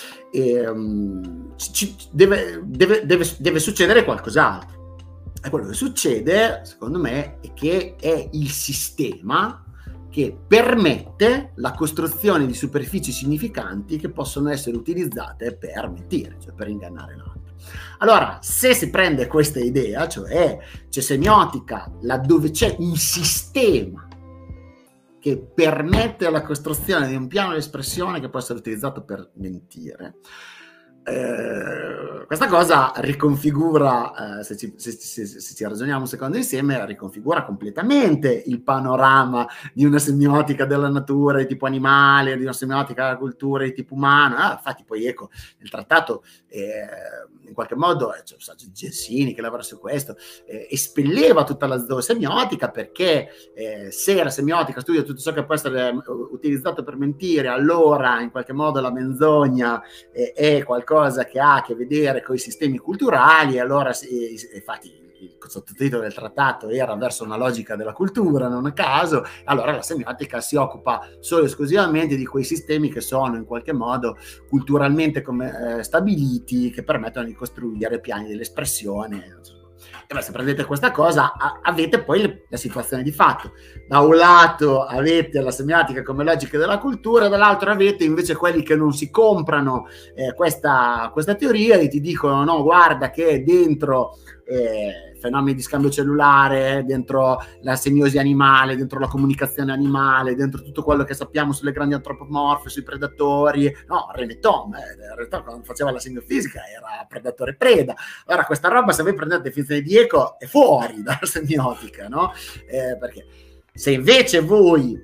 Deve succedere qualcos'altro. E quello che succede, secondo me, è che è il sistema che permette la costruzione di superfici significanti che possono essere utilizzate per mentire, cioè per ingannare l'altro. Allora, se si prende questa idea, cioè c'è semiotica laddove c'è un sistema che permette la costruzione di un piano di espressione che può essere utilizzato per mentire, questa cosa riconfigura, se ci ragioniamo un secondo insieme, riconfigura completamente il panorama di una semiotica della natura di tipo animale, di una semiotica della cultura di tipo umano. Infatti poi ecco, nel trattato in qualche modo c'è un saggio di Gensini che lavora su questo, espelleva tutta la semiotica, perché se la semiotica studia tutto ciò che può essere utilizzato per mentire, allora in qualche modo la menzogna è qualcosa che ha a che vedere con i sistemi culturali, e allora infatti il sottotitolo del trattato era verso una logica della cultura, non a caso. Allora la semiotica si occupa solo e esclusivamente di quei sistemi che sono in qualche modo culturalmente stabiliti, che permettono di costruire piani dell'espressione. E se prendete questa cosa avete poi la situazione di fatto: da un lato avete la semiotica come logica della cultura, dall'altro avete invece quelli che non si comprano questa teoria e ti dicono no, guarda che dentro fenomeni di scambio cellulare, dentro la semiosi animale, dentro la comunicazione animale, dentro tutto quello che sappiamo sulle grandi antropomorfe, sui predatori. No, René Thom quando faceva la semiofisica era predatore-preda. Allora questa roba, se voi prendete la definizione di Eco, è fuori dalla semiotica, no? Perché se invece voi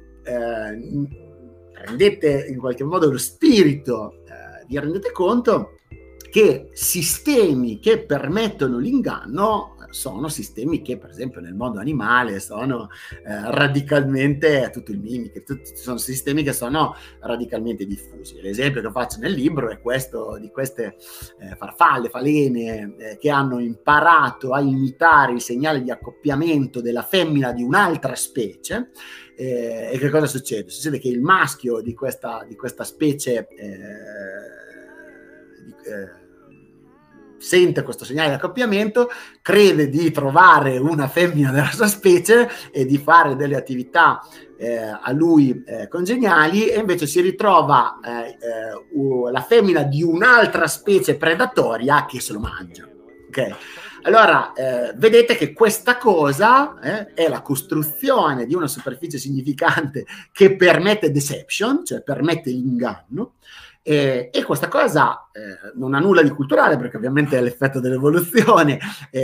prendete in qualche modo lo spirito, vi rendete conto che sistemi che permettono l'inganno sono sistemi che, per esempio, nel mondo animale sono radicalmente, tutto il mimic, sono sistemi che sono radicalmente diffusi. L'esempio che faccio nel libro è questo di queste farfalle, falene, che hanno imparato a imitare il segnale di accoppiamento della femmina di un'altra specie. E che cosa succede? Succede che il maschio di questa specie sente questo segnale di accoppiamento, crede di trovare una femmina della sua specie e di fare delle attività a lui congeniali, e invece si ritrova la femmina di un'altra specie predatoria che se lo mangia. Ok? Allora, vedete che questa cosa è la costruzione di una superficie significante che permette deception, cioè permette l'inganno, e questa cosa non ha nulla di culturale, perché ovviamente è l'effetto dell'evoluzione,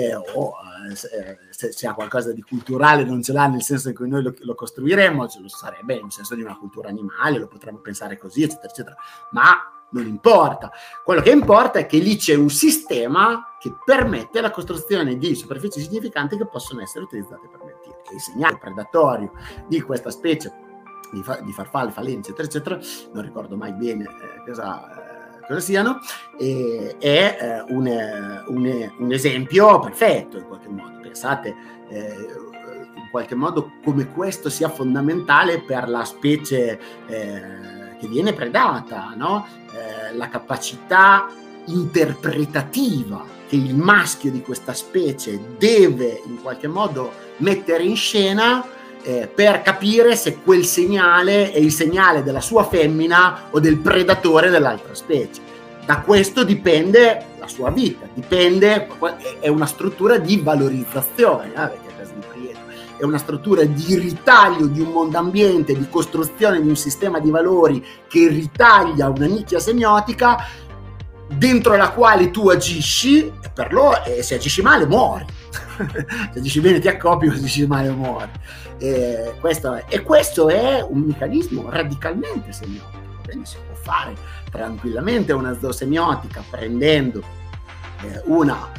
se ha qualcosa di culturale non ce l'ha nel senso in cui noi lo costruiremo, ce lo sarebbe in senso di una cultura animale, lo potremmo pensare così, eccetera, eccetera, ma non importa. Quello che importa è che lì c'è un sistema che permette la costruzione di superfici significanti che possono essere utilizzate per mentire. E il segnale predatorio di questa specie di farfalle, falene, eccetera, eccetera, non ricordo mai bene cosa siano, è un esempio perfetto in qualche modo. Pensate in qualche modo come questo sia fondamentale per la specie che viene predata, no? La capacità interpretativa che il maschio di questa specie deve in qualche modo mettere in scena per capire se quel segnale è il segnale della sua femmina o del predatore dell'altra specie. Da questo dipende la sua vita, è una struttura di valorizzazione, è una struttura di ritaglio di un mondo ambiente, di costruzione di un sistema di valori che ritaglia una nicchia semiotica dentro la quale tu agisci, e se agisci male muori. Se agisci bene ti accoppi, se agisci male muori. Questo è un meccanismo radicalmente semiotico, quindi si può fare tranquillamente una zoosemiotica prendendo una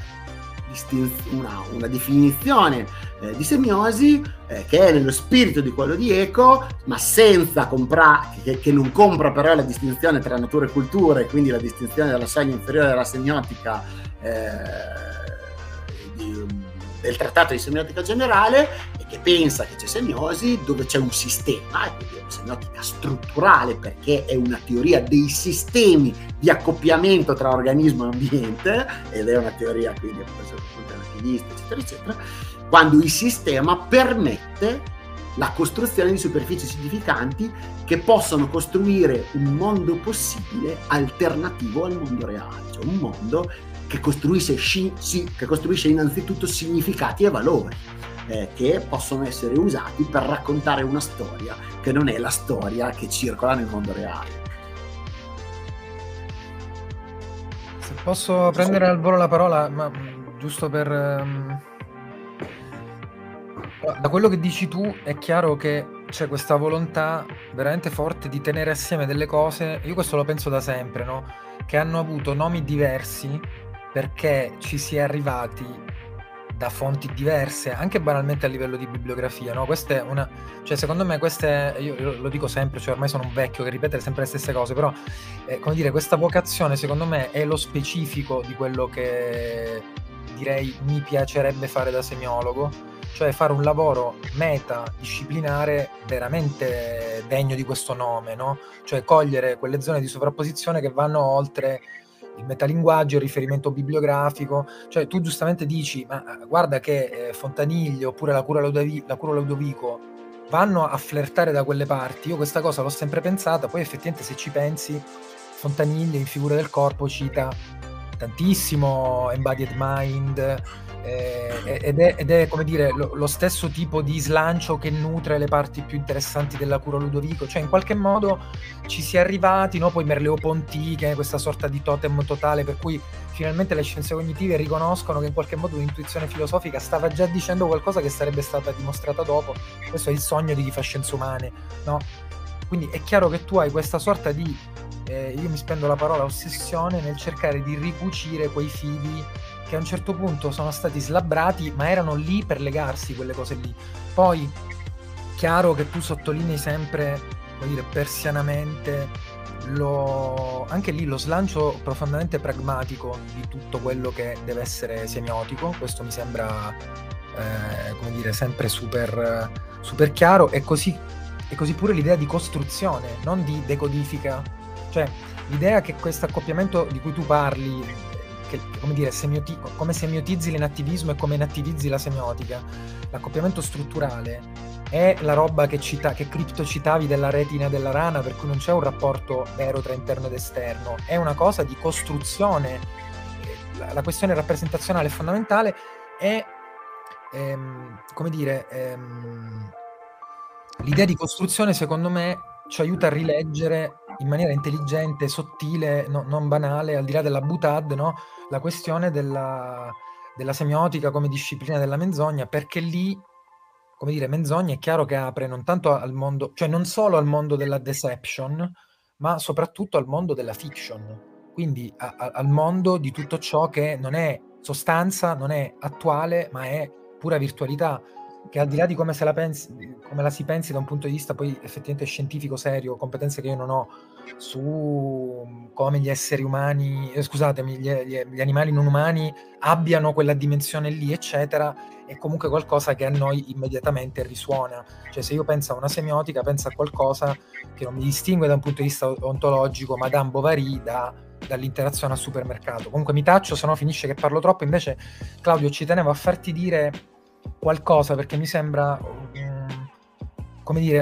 definizione di semiosi che è nello spirito di quello di Eco, ma senza che non compra però la distinzione tra natura e cultura, e quindi la distinzione della soglia inferiore della semiotica del trattato di semiotica generale, e che pensa che c'è semiosi dove c'è un sistema, e quindi è una semiotica strutturale perché è una teoria dei sistemi di accoppiamento tra organismo e ambiente, ed è una teoria quindi attivista, eccetera, eccetera, quando il sistema permette la costruzione di superfici significanti che possono costruire un mondo possibile alternativo al mondo reale, cioè un mondo che costruisce innanzitutto significati e valori che possono essere usati per raccontare una storia che non è la storia che circola nel mondo reale. Se posso prendere al volo la parola, ma giusto per... Da quello che dici tu è chiaro che c'è questa volontà veramente forte di tenere assieme delle cose, io questo lo penso da sempre, no? Che hanno avuto nomi diversi perché ci si è arrivati da fonti diverse, anche banalmente a livello di bibliografia, no? Questa è una... Cioè, secondo me, io lo dico sempre, cioè ormai sono un vecchio che ripete sempre le stesse cose, però, come dire, questa vocazione, secondo me, è lo specifico di quello che, direi, mi piacerebbe fare da semiologo, cioè fare un lavoro metadisciplinare veramente degno di questo nome, no? Cioè cogliere quelle zone di sovrapposizione che vanno oltre il metalinguaggio, il riferimento bibliografico. Cioè tu giustamente dici, ma guarda che Fontaniglio oppure la Cura Ludovico vanno a flirtare da quelle parti. Io questa cosa l'ho sempre pensata, poi effettivamente se ci pensi Fontaniglio in Figure del corpo cita tantissimo Embodied Mind, ed è come dire lo stesso tipo di slancio che nutre le parti più interessanti della Cura Ludovico, cioè in qualche modo ci si è arrivati, no? Poi Merleau-Ponty, che è questa sorta di totem totale per cui finalmente le scienze cognitive riconoscono che in qualche modo un'intuizione filosofica stava già dicendo qualcosa che sarebbe stata dimostrata dopo. Questo è il sogno di chi fa scienze umane, no? Quindi è chiaro che tu hai questa sorta di io mi spendo la parola ossessione nel cercare di ricucire quei fili che a un certo punto sono stati slabbrati, ma erano lì per legarsi quelle cose lì. Poi, chiaro che tu sottolinei sempre, vuol dire, persianamente, anche lì lo slancio profondamente pragmatico di tutto quello che deve essere semiotico. Questo mi sembra, come dire, sempre super, super chiaro, e così pure l'idea di costruzione, non di decodifica. Cioè, l'idea che questo accoppiamento di cui tu parli come dire, come semiotizzi l'inattivismo e come inattivizzi la semiotica. L'accoppiamento strutturale è la roba che criptocitavi della retina della rana, per cui non c'è un rapporto vero tra interno ed esterno, è una cosa di costruzione. La questione rappresentazionale è fondamentale, è l'idea di costruzione, secondo me, ci aiuta a rileggere in maniera intelligente, sottile, non banale, al di là della boutade, no? La questione della semiotica come disciplina della menzogna, perché lì, come dire, menzogna è chiaro che apre non tanto al mondo, cioè non solo al mondo della deception, ma soprattutto al mondo della fiction, quindi al mondo di tutto ciò che non è sostanza, non è attuale, ma è pura virtualità, che al di là di come la si pensi da un punto di vista poi effettivamente scientifico serio, competenze che io non ho su come gli esseri umani, scusatemi, gli animali non umani abbiano quella dimensione lì, eccetera, è comunque qualcosa che a noi immediatamente risuona. Cioè, se io penso a una semiotica, penso a qualcosa che non mi distingue da un punto di vista ontologico, Madame Bovary dall'interazione al supermercato. Comunque mi taccio, se no finisce che parlo troppo. Invece, Claudio, ci tenevo a farti dire qualcosa, perché mi sembra come dire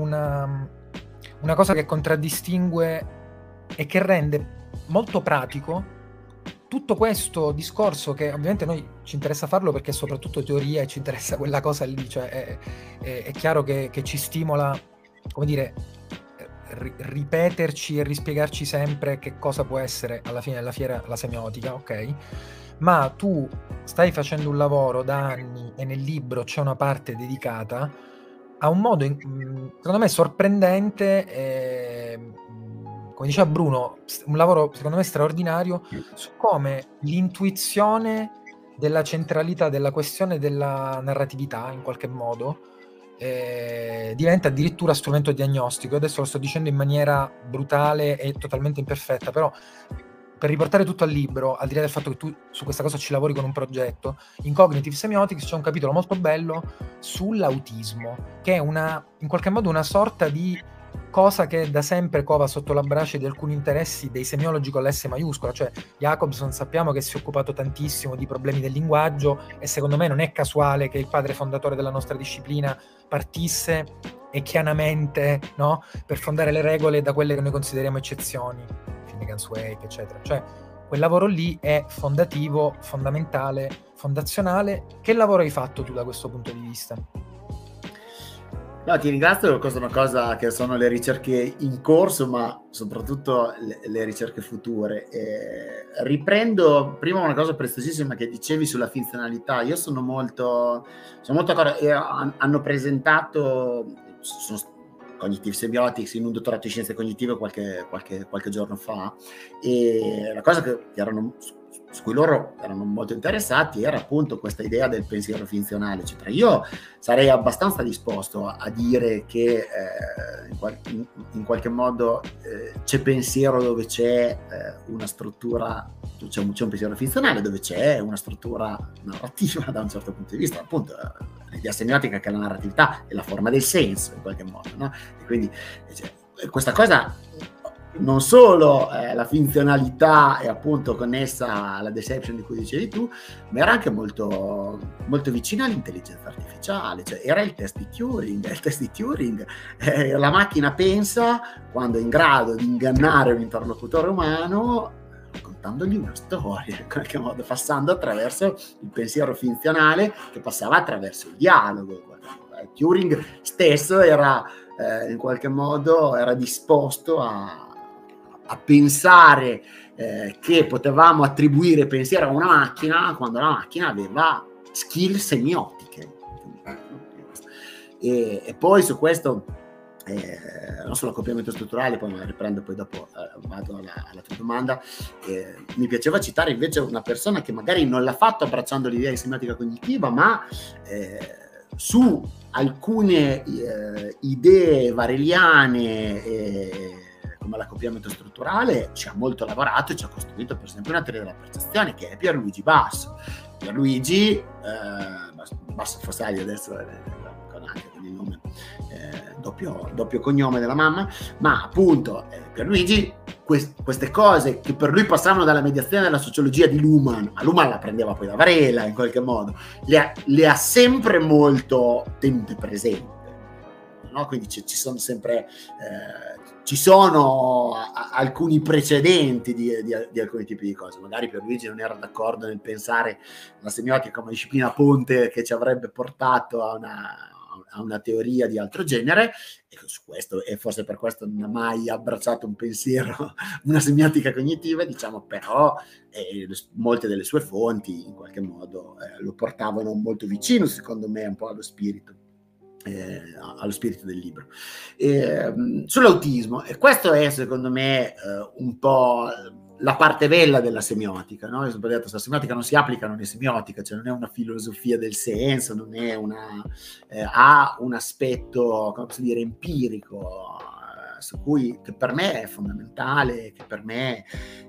una cosa che contraddistingue e che rende molto pratico tutto questo discorso, che ovviamente noi ci interessa farlo perché è soprattutto teoria e ci interessa quella cosa lì, cioè è chiaro che ci stimola, come dire, ripeterci e rispiegarci sempre che cosa può essere alla fine della fiera la semiotica, ok? Ma tu stai facendo un lavoro da anni e nel libro c'è una parte dedicata a un modo, secondo me, sorprendente, come diceva Bruno, un lavoro secondo me straordinario su come l'intuizione della centralità della questione della narratività, in qualche modo, diventa addirittura strumento diagnostico. Adesso lo sto dicendo in maniera brutale e totalmente imperfetta, però per riportare tutto al libro, al di là del fatto che tu su questa cosa ci lavori con un progetto, in Cognitive Semiotics c'è un capitolo molto bello sull'autismo, che è in qualche modo una sorta di cosa che da sempre cova sotto la brace di alcuni interessi dei semiologi con l'S maiuscola. Cioè Jacobson sappiamo che si è occupato tantissimo di problemi del linguaggio, e secondo me non è casuale che il padre fondatore della nostra disciplina partisse chianamente, no, per fondare le regole da quelle che noi consideriamo eccezioni, Finnegan's Wake, eccetera. Cioè quel lavoro lì è fondativo, fondamentale, fondazionale. Che lavoro hai fatto tu da questo punto di vista? No, ti ringrazio, questa è una cosa che sono le ricerche in corso, ma soprattutto le ricerche future. Riprendo prima una cosa preziosissima che dicevi sulla funzionalità. Io sono molto d'accordo. Hanno presentato Cognitive Semiotics in un dottorato di scienze cognitive qualche giorno fa, e la cosa su cui loro erano molto interessati era appunto questa idea del pensiero funzionale, eccetera. Io sarei abbastanza disposto a dire che in qualche modo c'è pensiero dove c'è una struttura, c'è un pensiero funzionale dove c'è una struttura narrativa da un certo punto di vista, appunto l'idea semiotica che la narratività è la forma del senso in qualche modo, no? E quindi questa cosa non solo la funzionalità è appunto connessa alla deception di cui dicevi tu, ma era anche molto, molto vicina all'intelligenza artificiale. Cioè era il test di Turing. La macchina pensa quando è in grado di ingannare un interlocutore umano raccontandogli una storia, in qualche modo passando attraverso il pensiero funzionale che passava attraverso il dialogo. Turing stesso era in qualche modo era disposto a pensare che potevamo attribuire pensiero a una macchina quando la macchina aveva skill semiotiche. E poi su questo, non sull'accoppiamento strutturale, poi me la riprendo, poi dopo vado alla tua domanda. Mi piaceva citare invece una persona che magari non l'ha fatto abbracciando l'idea di semiotica cognitiva, ma su alcune idee vareliane come l'accoppiamento strutturale ci ha molto lavorato e ci ha costruito per esempio una teoria della percezione, che è Pierluigi Basso. Pierluigi Basso Fossaglio, adesso con anche il nome doppio cognome della mamma, ma appunto Pierluigi queste cose che per lui passavano dalla mediazione della sociologia di Luhmann, a Luhmann la prendeva poi da Varela in qualche modo, le ha sempre molto tenute presenti, no? Quindi ci sono sempre alcuni precedenti di alcuni tipi di cose. Magari Pierluigi non era d'accordo nel pensare la semiotica come disciplina ponte che ci avrebbe portato a una teoria di altro genere, e su questo, e forse per questo non ha mai abbracciato un pensiero, una semiotica cognitiva, diciamo, però molte delle sue fonti in qualche modo lo portavano molto vicino, secondo me, un po' allo spirito del libro. Sull'autismo, e questo è secondo me un po' la parte bella della semiotica, no? Io ho sempre detto, la semiotica non si applica, non è semiotica, cioè non è una filosofia del senso, non è ha un aspetto, come posso dire, empirico, che per me è fondamentale, che per me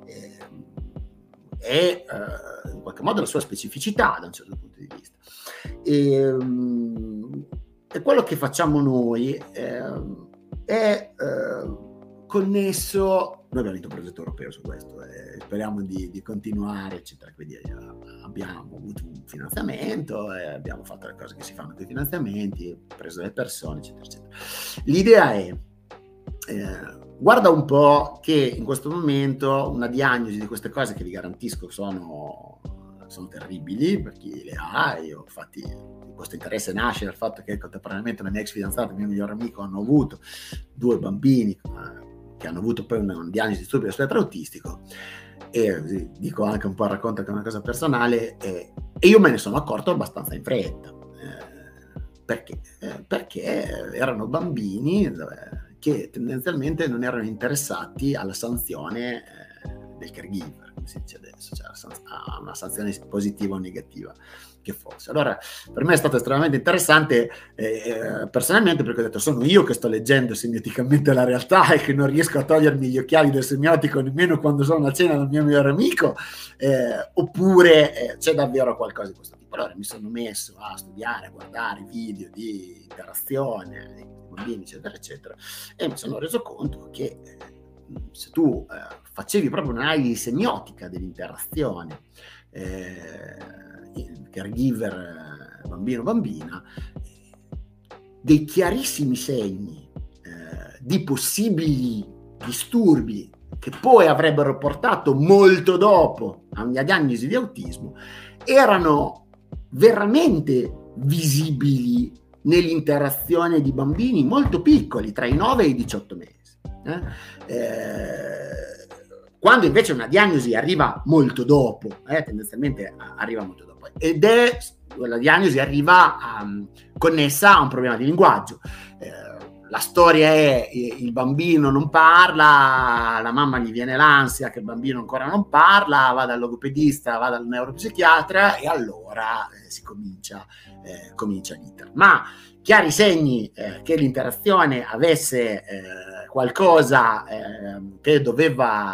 è in qualche modo la sua specificità da un certo punto di vista. E quello che facciamo noi è connesso. Noi abbiamo vinto un progetto europeo su questo e speriamo di continuare, eccetera. Quindi abbiamo avuto un finanziamento, abbiamo fatto le cose che si fanno con i finanziamenti, preso le persone, eccetera, eccetera. L'idea è guarda un po' che in questo momento una diagnosi di queste cose, che vi garantisco sono terribili per chi le ha. Io infatti questo interesse nasce dal fatto che contemporaneamente una mia ex fidanzata e il mio migliore amico hanno avuto 2 bambini che hanno avuto poi una diagnosi di stupido spettro autistico, e dico anche un po', racconto che è una cosa personale, e io me ne sono accorto abbastanza in fretta, perché erano bambini che tendenzialmente non erano interessati alla sanzione del caregiver, come si dice adesso, cioè a una sanzione positiva o negativa che fosse. Allora, per me è stato estremamente interessante personalmente, perché ho detto, sono io che sto leggendo semioticamente la realtà e che non riesco a togliermi gli occhiali del semiotico nemmeno quando sono a cena dal mio migliore amico, oppure c'è davvero qualcosa di questo tipo. Allora mi sono messo a studiare, a guardare video di interazione di bambini, eccetera, eccetera, e mi sono reso conto che se tu facevi proprio un'analisi semiotica dell'interazione caregiver bambino-bambina, dei chiarissimi segni di possibili disturbi che poi avrebbero portato molto dopo a una diagnosi di autismo erano veramente visibili nell'interazione di bambini molto piccoli, tra i 9 e i 18 mesi. Quando invece una diagnosi arriva molto dopo, tendenzialmente arriva molto dopo, ed la diagnosi arriva connessa a un problema di linguaggio. La storia è: il bambino non parla, la mamma gli viene l'ansia che il bambino ancora non parla, va dal logopedista, va dal neuropsichiatra, e allora si comincia l'iter. Ma chiari segni che l'interazione avesse qualcosa che doveva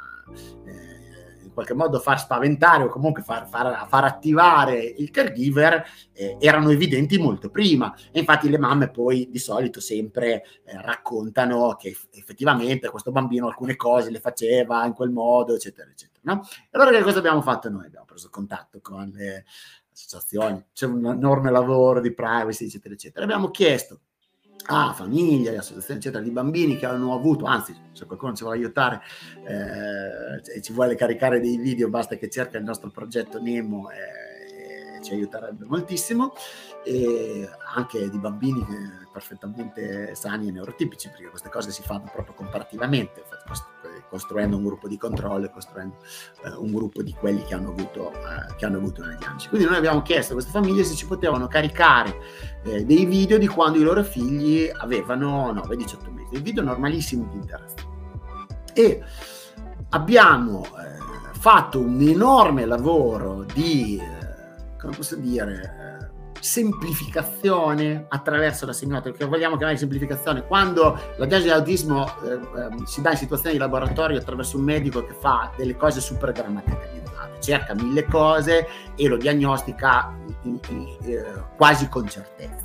in qualche modo far spaventare o comunque far attivare il caregiver erano evidenti molto prima, e infatti le mamme poi di solito sempre raccontano che effettivamente questo bambino alcune cose le faceva in quel modo, eccetera, eccetera, no? Allora che cosa abbiamo fatto noi? Abbiamo preso contatto con le associazioni, c'è un enorme lavoro di privacy, eccetera, eccetera. Abbiamo chiesto a famiglie, associazioni, eccetera, di bambini che hanno avuto, anzi, se qualcuno ci vuole aiutare e ci vuole caricare dei video, basta che cerca il nostro progetto Nemo e ci aiuterebbe moltissimo, e anche di bambini perfettamente sani e neurotipici, perché queste cose si fanno proprio comparativamente, costruendo un gruppo di controllo e costruendo un gruppo di quelli che hanno avuto una diagnosi. Quindi noi abbiamo chiesto a queste famiglie se ci potevano caricare dei video di quando i loro figli avevano 9-18 mesi, dei video normalissimi di interazione, e abbiamo fatto un enorme lavoro di come posso dire semplificazione attraverso la semiotica, che vogliamo chiamare semplificazione. Quando la diagnosi di autismo si dà in situazioni di laboratorio attraverso un medico che fa delle cose super grammaticalizzate, cerca 1000 cose e lo diagnostica quasi con certezza.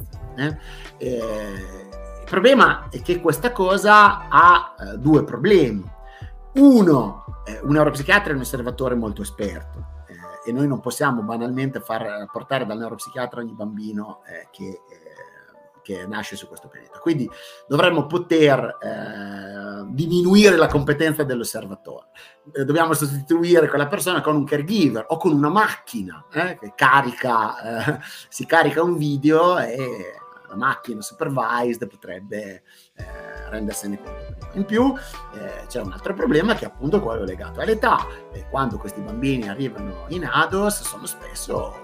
Il problema è che questa cosa ha 2 problemi. un neuropsichiatra è un osservatore molto esperto, e noi non possiamo banalmente far portare dal neuropsichiatra ogni bambino che nasce su questo pianeta. Quindi dovremmo poter diminuire la competenza dell'osservatore. Dobbiamo sostituire quella persona con un caregiver o con una macchina che si carica un video e la macchina supervised potrebbe rendersene conto. In più c'è un altro problema, che è appunto quello legato all'età. Quando questi bambini arrivano in ADOS sono spesso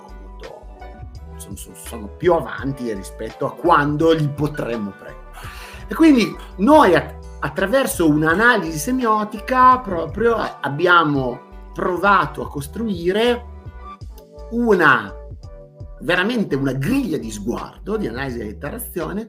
sono più avanti rispetto a quando li potremmo prendere. E quindi noi attraverso un'analisi semiotica proprio abbiamo provato a costruire veramente una griglia di sguardo, di analisi dell'interazione,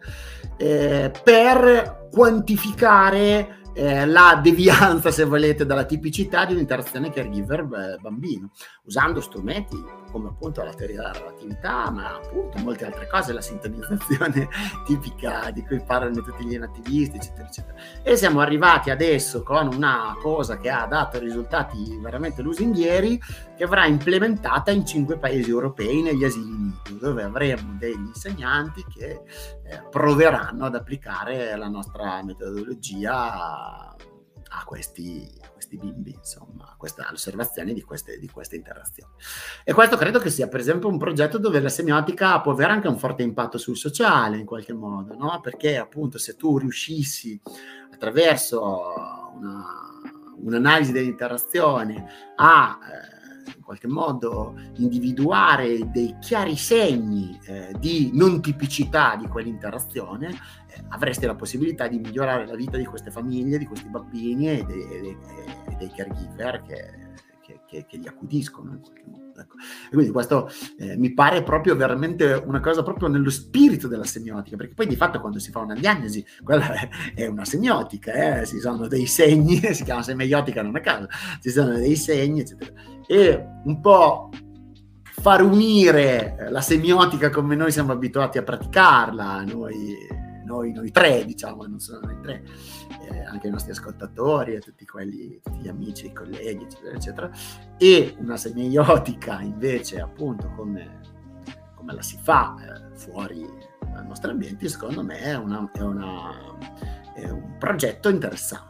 per quantificare la devianza, se volete, dalla tipicità di un'interazione caregiver-bambino, usando strumenti come appunto la teoria della relatività, ma appunto molte altre cose, la sintonizzazione tipica di cui parlano tutti gli inattivisti, eccetera, eccetera. E siamo arrivati adesso con una cosa che ha dato risultati veramente lusinghieri, che verrà implementata in 5 paesi europei negli asili nido, dove avremo degli insegnanti che proveranno ad applicare la nostra metodologia a questi bimbi, insomma, all'osservazione di queste interazioni. E questo credo che sia per esempio un progetto dove la semiotica può avere anche un forte impatto sul sociale in qualche modo, no? Perché appunto se tu riuscissi attraverso un'analisi dell'interazione a in qualche modo individuare dei chiari segni di non tipicità di quell'interazione, avresti la possibilità di migliorare la vita di queste famiglie, di questi bambini e dei caregiver che li accudiscono in qualche modo. Ecco. E quindi questo mi pare proprio veramente una cosa proprio nello spirito della semiotica, perché poi di fatto quando si fa una diagnosi, quella è una semiotica, ci sono dei segni, si chiama semiotica non a caso, ci sono dei segni, eccetera. E un po' far unire la semiotica come noi siamo abituati a praticarla, noi tre, diciamo, non solo noi tre, anche i nostri ascoltatori e tutti gli amici, i colleghi, eccetera, eccetera, e una semiotica invece appunto come la si fa fuori dai nostri ambienti, secondo me è un progetto interessante.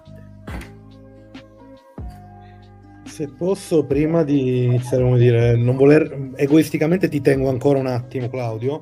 Se posso, prima di iniziare, come dire, non voler egoisticamente, ti tengo ancora un attimo, Claudio,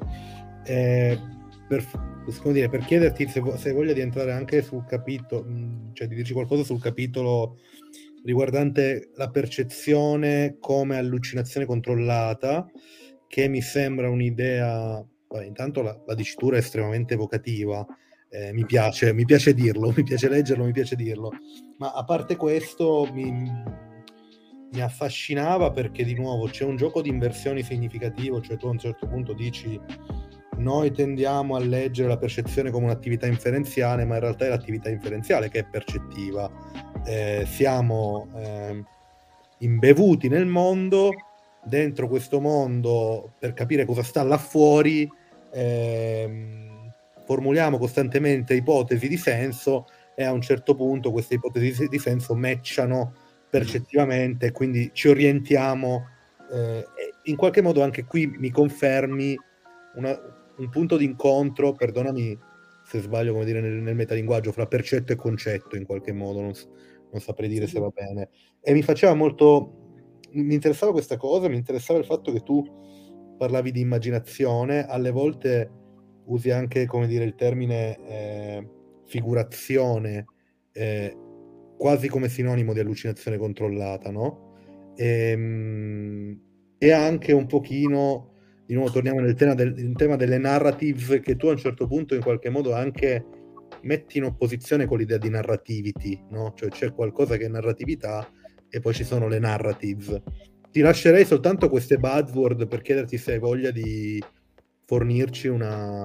per chiederti se hai voglia di entrare anche sul capitolo, cioè di dirci qualcosa sul capitolo riguardante la percezione come allucinazione controllata, che mi sembra un'idea, intanto la dicitura è estremamente evocativa, mi piace dirlo, mi piace leggerlo, mi piace dirlo, ma a parte questo mi affascinava perché di nuovo c'è un gioco di inversioni significativo, cioè tu a un certo punto dici noi tendiamo a leggere la percezione come un'attività inferenziale, ma in realtà è l'attività inferenziale che è percettiva. Siamo imbevuti nel mondo, dentro questo mondo, per capire cosa sta là fuori, formuliamo costantemente ipotesi di senso e a un certo punto queste ipotesi di senso matchano percettivamente e quindi ci orientiamo. In qualche modo anche qui mi confermi un punto di incontro, perdonami se sbaglio, come dire, nel metalinguaggio, fra percetto e concetto, in qualche modo, non saprei dire se va bene. E mi interessava questa cosa, mi interessava il fatto che tu parlavi di immaginazione, alle volte usi anche, come dire, il termine figurazione, quasi come sinonimo di allucinazione controllata, no? E anche un pochino, di nuovo torniamo nel tema delle narratives, che tu a un certo punto in qualche modo anche metti in opposizione con l'idea di narrativity, no? Cioè c'è qualcosa che è narratività e poi ci sono le narratives. Ti lascerei soltanto queste buzzword per chiederti se hai voglia di fornirci un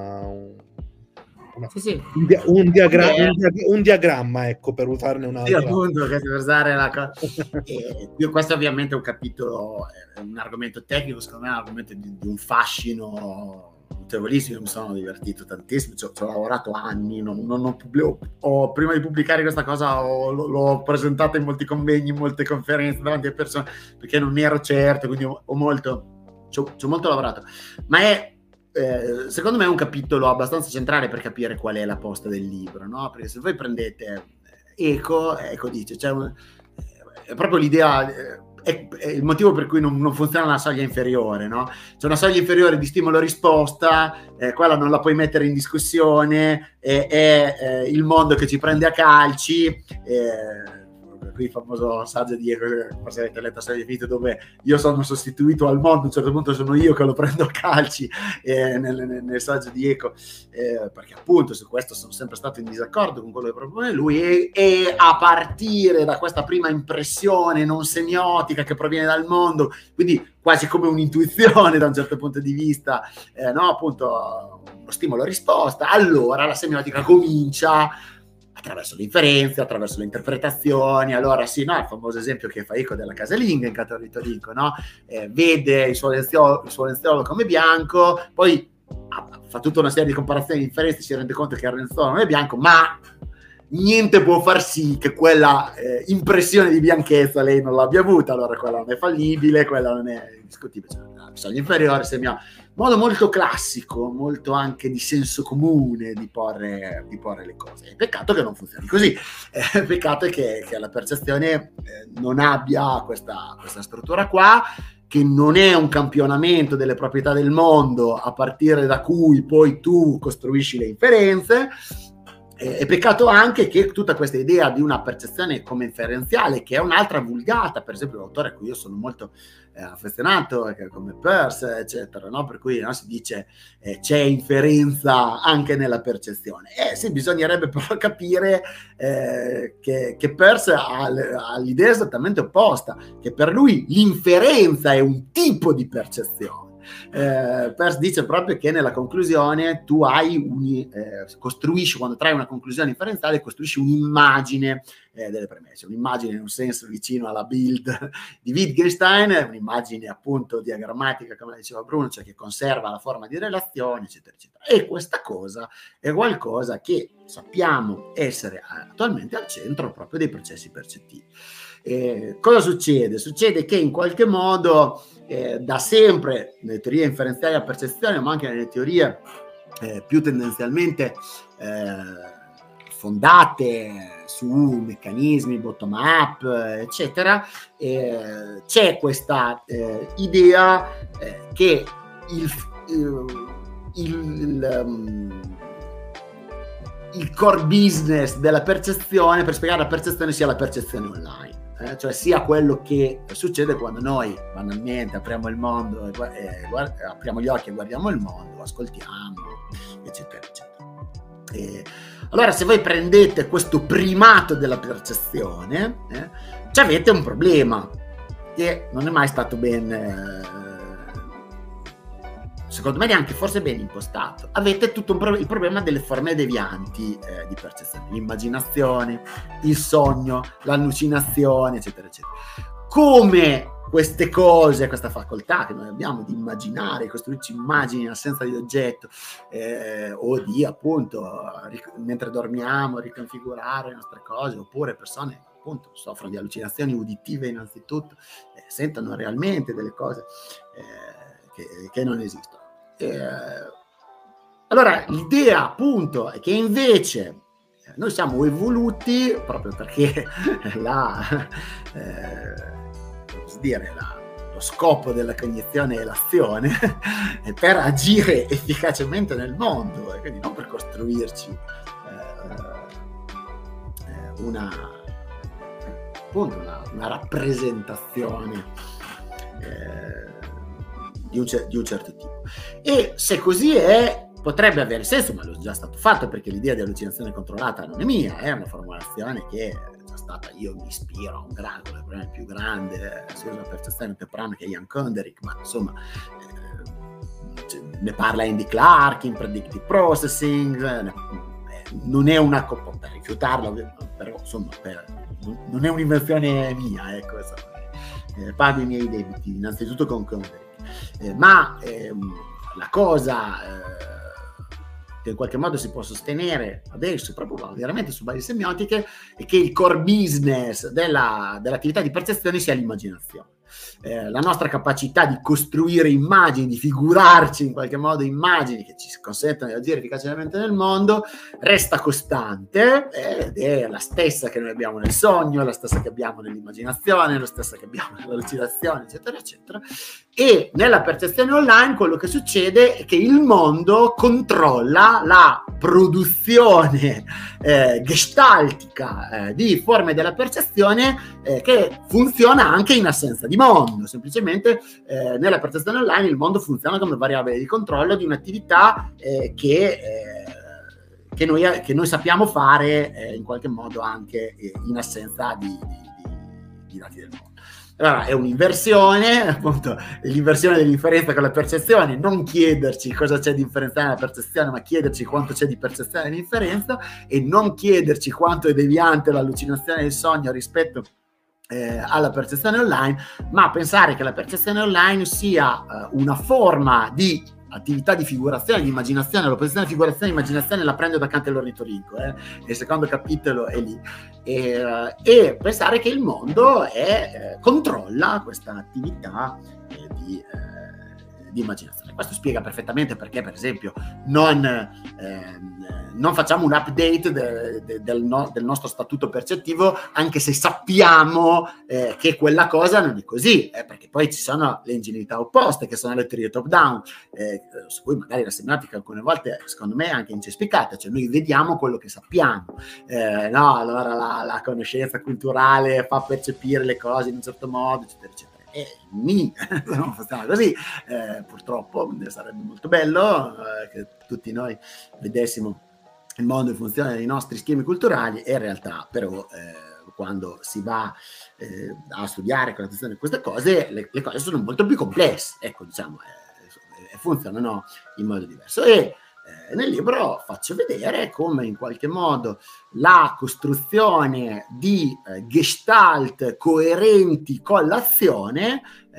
diagramma, ecco, per usarne un altro. Sì, appunto, per usare la cosa. Questo ovviamente è un capitolo, è un argomento tecnico, secondo me è un argomento di un fascino notevolissimo, mi sono divertito tantissimo, ci ho lavorato anni, prima di pubblicare questa cosa l'ho presentata in molti convegni, in molte conferenze davanti a persone, perché non ero certo, quindi ci ho molto lavorato, ma è secondo me è un capitolo abbastanza centrale per capire qual è la posta del libro, no? Perché se voi prendete Eco dice, è proprio l'idea, è il motivo per cui non funziona la soglia inferiore, no? C'è una soglia inferiore di stimolo-risposta, quella non la puoi mettere in discussione, è il mondo che ci prende a calci, qui il famoso saggio di Eco, forse avete letto Storia Infinite, dove io sono sostituito al mondo, a un certo punto sono io che lo prendo a calci, nel saggio di Eco, perché appunto su questo sono sempre stato in disaccordo con quello che propone lui, e a partire da questa prima impressione non semiotica che proviene dal mondo, quindi quasi come un'intuizione da un certo punto di vista, no, appunto uno stimolo-risposta, allora la semiotica comincia attraverso le inferenze, attraverso le interpretazioni. Allora sì, no, il famoso esempio che fa Eco della casalinga in Cattolico Dico, no? Vede il suo lenzuolo come bianco, poi fa tutta una serie di comparazioni di inferenze, si rende conto che il lenzuolo non è bianco, ma niente può far sì che quella impressione di bianchezza lei non l'abbia avuta, allora quella non è fallibile, quella non è discutibile, cioè, bisogno inferiore, modo molto classico, molto anche di senso comune di porre le cose. È peccato che non funzioni così, peccato che la percezione non abbia questa struttura qua, che non è un campionamento delle proprietà del mondo a partire da cui poi tu costruisci le inferenze. È peccato anche che tutta questa idea di una percezione come inferenziale, che è un'altra vulgata, per esempio l'autore a cui io sono molto affezionato, come Peirce, eccetera, no? Per cui si dice c'è inferenza anche nella percezione. Sì, bisognerebbe però capire che Peirce ha l'idea esattamente opposta, che per lui l'inferenza è un tipo di percezione. Peirce dice proprio che nella conclusione tu costruisci, quando trai una conclusione inferenziale, costruisci un'immagine delle premesse, un'immagine in un senso vicino alla build di Wittgenstein, un'immagine appunto diagrammatica, come diceva Bruno, cioè che conserva la forma di relazione, eccetera, eccetera. E questa cosa è qualcosa che sappiamo essere attualmente al centro proprio dei processi percettivi. Cosa succede? Succede che in qualche modo da sempre nelle teorie inferenziali della percezione, ma anche nelle teorie più tendenzialmente fondate su meccanismi bottom up, eccetera, c'è questa idea che il core business della percezione, per spiegare la percezione, sia la percezione online. Cioè sia quello che succede quando noi banalmente apriamo il mondo, apriamo gli occhi e guardiamo il mondo, ascoltiamo, eccetera, eccetera. Allora, se voi prendete questo primato della percezione, avete un problema che non è mai stato secondo me neanche forse ben impostato. Avete tutto il problema delle forme devianti di percezione, l'immaginazione, il sogno, l'allucinazione, eccetera, eccetera. Come queste cose, questa facoltà che noi abbiamo di immaginare, costruirci immagini in assenza di oggetto, o di appunto mentre dormiamo riconfigurare le nostre cose, oppure persone appunto soffrono di allucinazioni uditive innanzitutto, sentono realmente delle cose che non esistono. Allora l'idea appunto è che invece noi siamo evoluti proprio perché lo scopo della cognizione è l'azione per agire efficacemente nel mondo, e quindi non per costruirci una rappresentazione di un certo tipo. E se così è, potrebbe avere senso, ma l'ho già stato fatto, perché l'idea di allucinazione controllata non è mia, è una formulazione che è già stata, io mi ispiro a un grande, il problema più grande sulla percezione contemporanea, che è Ian Konderik, ma insomma ne parla Andy Clark in Predictive Processing, non è una per rifiutarlo, però insomma non è un'invenzione mia, ecco, pago i miei debiti innanzitutto con Konderik. Ma la cosa che in qualche modo si può sostenere adesso, proprio veramente su basi semiotiche, è che il core business dell'attività di percezione sia l'immaginazione. La nostra capacità di costruire immagini, di figurarci in qualche modo immagini che ci consentono di agire efficacemente nel mondo, resta costante ed è la stessa che noi abbiamo nel sogno, la stessa che abbiamo nell'immaginazione, la stessa che abbiamo nell'allucinazione, eccetera, eccetera. E nella percezione online quello che succede è che il mondo controlla la produzione gestaltica di forme della percezione che funziona anche in assenza di mondo. Semplicemente nella percezione online il mondo funziona come variabile di controllo di un'attività che noi sappiamo fare in qualche modo anche in assenza di dati del mondo. Allora, è un'inversione, appunto, l'inversione dell'inferenza con la percezione, non chiederci cosa c'è di inferenziale nella percezione, ma chiederci quanto c'è di percezione nell'inferenza, e non chiederci quanto è deviante l'allucinazione del sogno rispetto alla percezione online, ma pensare che la percezione online sia una forma di attività di figurazione, di immaginazione. L'opposizione figurazione e immaginazione la prendo da Kant e l'ornitorinco, il secondo capitolo è lì, e pensare che il mondo controlla questa attività di immaginazione. Questo spiega perfettamente perché, per esempio, non facciamo un update del nostro statuto percettivo, anche se sappiamo che quella cosa non è così, perché poi ci sono le ingenuità opposte, che sono le teorie top down, su cui magari la semiotica alcune volte, secondo me, è anche incespicata. Cioè noi vediamo quello che sappiamo, no? Allora la conoscenza culturale fa percepire le cose in un certo modo, eccetera, eccetera. Non funziona così, purtroppo. Sarebbe molto bello che tutti noi vedessimo il mondo in funzione dei nostri schemi culturali, e in realtà però quando si va a studiare con attenzione queste cose, le cose sono molto più complesse, ecco, diciamo, funzionano in modo diverso. E nel libro faccio vedere come in qualche modo la costruzione di gestalt coerenti con l'azione,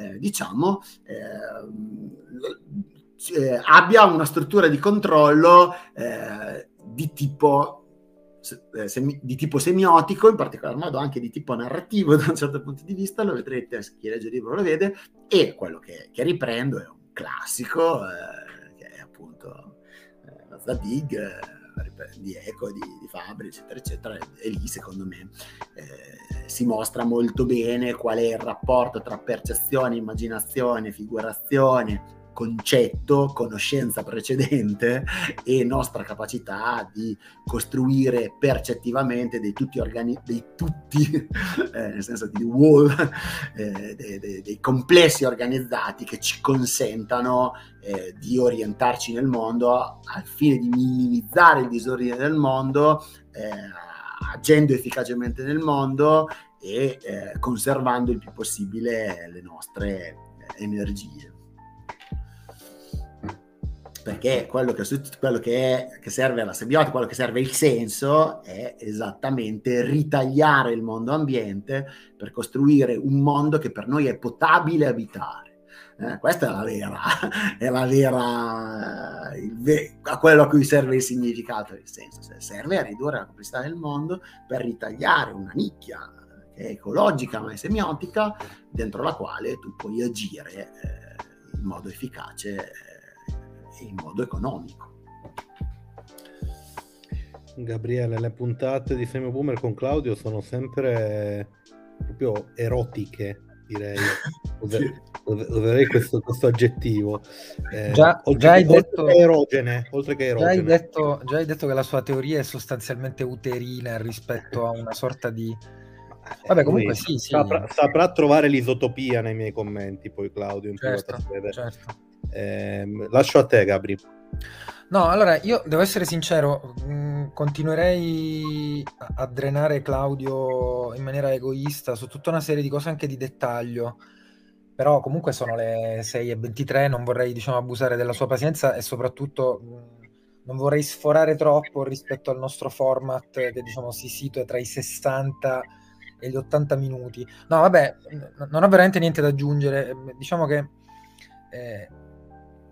abbia una struttura di controllo di tipo semiotico, in particolar modo anche di tipo narrativo da un certo punto di vista. Lo vedrete, chi legge il libro lo vede, e quello che riprendo è un classico che è appunto Zadig, di Eco, di Fabri, eccetera, eccetera, e lì secondo me si mostra molto bene qual è il rapporto tra percezione, immaginazione, figurazione, concetto, conoscenza precedente e nostra capacità di costruire percettivamente dei tutti nel senso di wall, dei complessi organizzati che ci consentano di orientarci nel mondo al fine di minimizzare il disordine del mondo, agendo efficacemente nel mondo e conservando il più possibile le nostre energie. Perché quello che serve alla semiotica, quello che serve il senso, è esattamente ritagliare il mondo ambiente per costruire un mondo che per noi è potabile abitare. Questa è la vera a quello a cui serve il significato del senso. Serve a ridurre la complessità del mondo per ritagliare una nicchia che è ecologica ma è semiotica, dentro la quale tu puoi agire in modo efficace e in modo economico. Gabriele, le puntate di Semi Boomer con Claudio sono sempre proprio erotiche, direi. Userei questo aggettivo. Già hai detto che erogene, oltre che erogene. Già hai detto che la sua teoria è sostanzialmente uterina rispetto a una sorta di... Vabbè, comunque sì. Saprà trovare l'isotopia nei miei commenti, poi Claudio, in certo. Lascio a te, Gabri. No, allora io devo essere sincero, continuerei a drenare Claudio in maniera egoista su tutta una serie di cose anche di dettaglio, però comunque sono le 6:23, non vorrei abusare della sua pazienza e soprattutto non vorrei sforare troppo rispetto al nostro format che si situa tra i 60 e gli 80 minuti. No, vabbè, non ho veramente niente da aggiungere. Diciamo che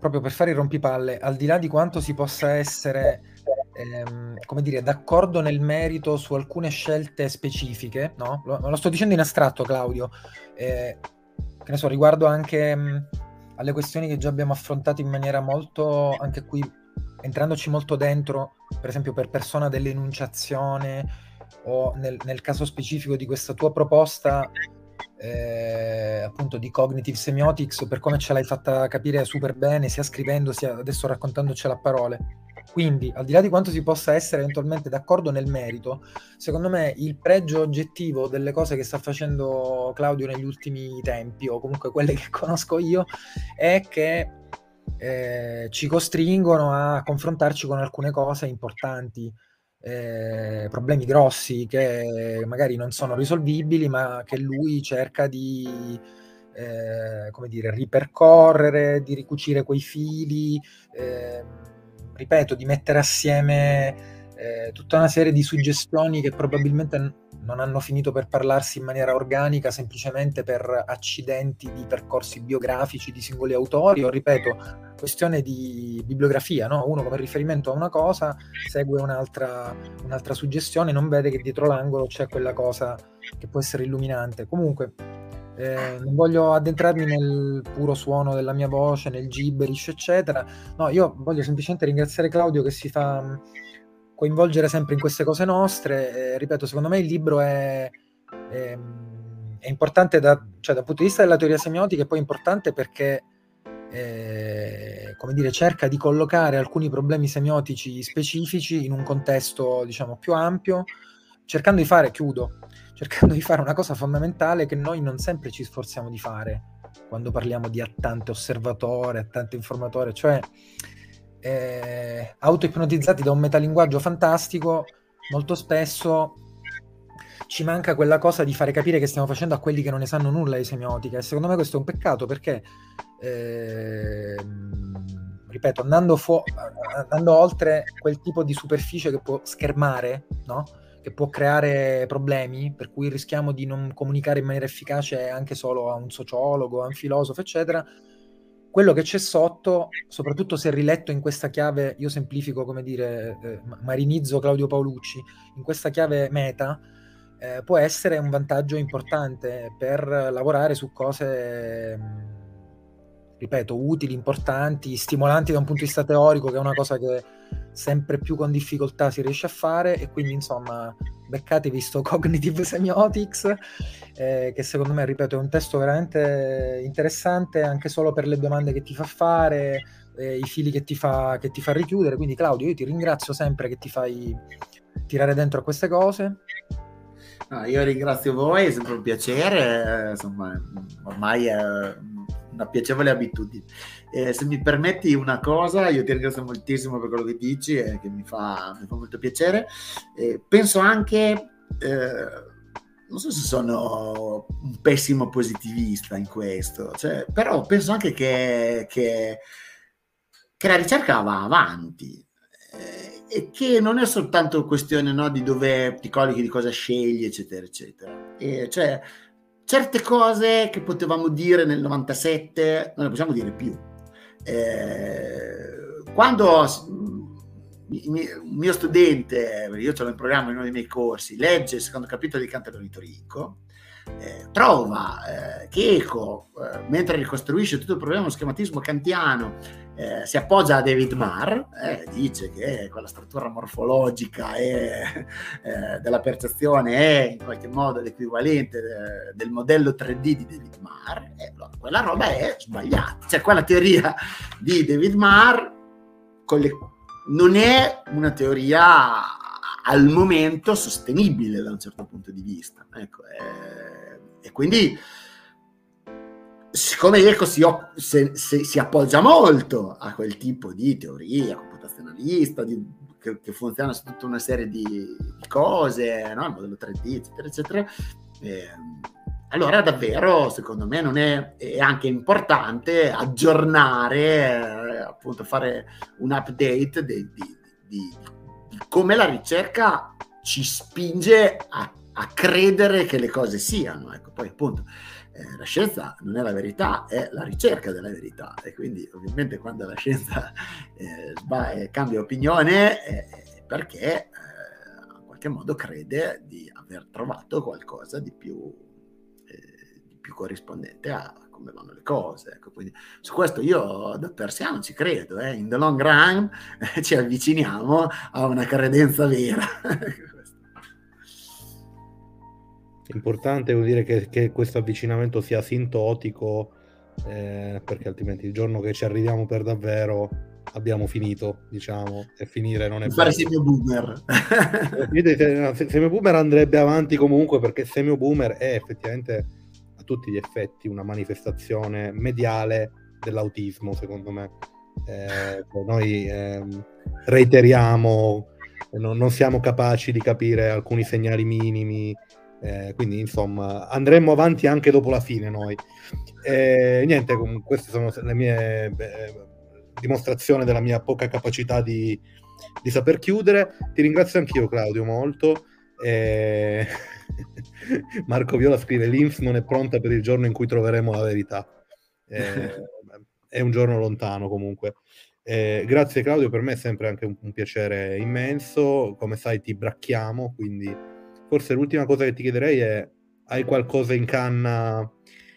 proprio per fare i rompipalle, al di là di quanto si possa essere, come dire, d'accordo nel merito su alcune scelte specifiche, no? Lo sto dicendo in astratto, Claudio, che ne so, riguardo anche alle questioni che già abbiamo affrontato in maniera molto, anche qui, entrandoci molto dentro, per esempio per persona dell'enunciazione, o nel caso specifico di questa tua proposta, appunto di cognitive semiotics, per come ce l'hai fatta capire super bene, sia scrivendo sia adesso raccontandocela a parole. Quindi, al di là di quanto si possa essere eventualmente d'accordo nel merito, secondo me il pregio oggettivo delle cose che sta facendo Claudio negli ultimi tempi, o comunque quelle che conosco io, è che ci costringono a confrontarci con alcune cose importanti, problemi grossi che magari non sono risolvibili, ma che lui cerca di come dire, ripercorrere, di ricucire quei fili, ripeto, di mettere assieme tutta una serie di suggestioni che probabilmente non hanno finito per parlarsi in maniera organica, semplicemente per accidenti di percorsi biografici di singoli autori, o ripeto, questione di bibliografia, no? Uno come riferimento a una cosa segue un'altra suggestione, non vede che dietro l'angolo c'è quella cosa che può essere illuminante. Comunque non voglio addentrarmi nel puro suono della mia voce, nel gibberish eccetera, no, io voglio semplicemente ringraziare Claudio che si fa coinvolgere sempre in queste cose nostre. Ripeto, secondo me il libro è importante cioè, dal punto di vista della teoria semiotica, è poi importante perché come dire, cerca di collocare alcuni problemi semiotici specifici in un contesto, diciamo, più ampio, cercando di fare una cosa fondamentale che noi non sempre ci sforziamo di fare quando parliamo di attante osservatore, attante informatore, cioè autoipnotizzati da un metalinguaggio fantastico, molto spesso ci manca quella cosa di fare capire che stiamo facendo a quelli che non ne sanno nulla di semiotica, e secondo me questo è un peccato, perché ripeto, andando oltre quel tipo di superficie che può schermare, no? Che può creare problemi, per cui rischiamo di non comunicare in maniera efficace anche solo a un sociologo, a un filosofo, eccetera. Quello che c'è sotto, soprattutto se riletto in questa chiave, io semplifico, come dire, marinizzo Claudio Paolucci, in questa chiave meta, può essere un vantaggio importante per lavorare su cose, ripeto, utili, importanti, stimolanti da un punto di vista teorico, che è una cosa che sempre più con difficoltà si riesce a fare. E quindi, insomma, beccatevi sto Cognitive Semiotics, che secondo me, ripeto, è un testo veramente interessante, anche solo per le domande che ti fa fare, i fili che ti fa richiudere. Quindi, Claudio, io ti ringrazio sempre che ti fai tirare dentro a queste cose. No, io ringrazio voi, è sempre un piacere, insomma, ormai è una piacevole abitudine. Se mi permetti una cosa, io ti ringrazio moltissimo per quello che dici e che mi fa molto piacere. Penso anche, non so se sono un pessimo positivista in questo, cioè, però penso anche che la ricerca va avanti. E che non è soltanto questione, no, di dove ti collochi, di cosa scegli, eccetera, eccetera. E cioè, certe cose che potevamo dire nel 97 non le possiamo dire più. Quando un mio studente, io ce l'ho in programma in uno dei miei corsi, legge il secondo capitolo di Cantalone Rico, trova che Eco, mentre ricostruisce tutto il problema dello schematismo kantiano, si appoggia a David Marr, dice che quella struttura morfologica della percezione è in qualche modo l'equivalente del modello 3D di David Marr, quella roba è sbagliata, cioè quella teoria di David Marr non è una teoria al momento sostenibile da un certo punto di vista, ecco, e quindi siccome Eco si appoggia molto a quel tipo di teoria computazionalista che funziona su tutta una serie di cose, no? Il modello 3D, eccetera, eccetera, allora davvero secondo me non è anche importante aggiornare, appunto fare un update di come la ricerca ci spinge a credere che le cose siano, ecco. Poi appunto La scienza non è la verità, è la ricerca della verità, e quindi ovviamente quando la scienza cambia opinione perché in qualche modo crede di aver trovato qualcosa di più corrispondente a come vanno le cose. Ecco, quindi su questo io da persiano ci credo, in the long run ci avviciniamo a una credenza vera. Importante vuol dire che questo avvicinamento sia asintotico, perché altrimenti il giorno che ci arriviamo per davvero abbiamo finito, diciamo, e finire non è fare bello. semio boomer. Semio boomer andrebbe avanti comunque, perché semio boomer è effettivamente a tutti gli effetti una manifestazione mediale dell'autismo, secondo me. Noi reiteriamo, non siamo capaci di capire alcuni segnali minimi, quindi insomma andremo avanti anche dopo la fine noi. Niente, queste sono le mie dimostrazioni della mia poca capacità di saper chiudere. Ti ringrazio anch'io, Claudio, molto. Marco Viola scrive: l'INPS non è pronta per il giorno in cui troveremo la verità. È un giorno lontano comunque. Grazie Claudio, per me è sempre anche un piacere immenso. Come sai ti bracchiamo, quindi forse l'ultima cosa che ti chiederei è: hai qualcosa in canna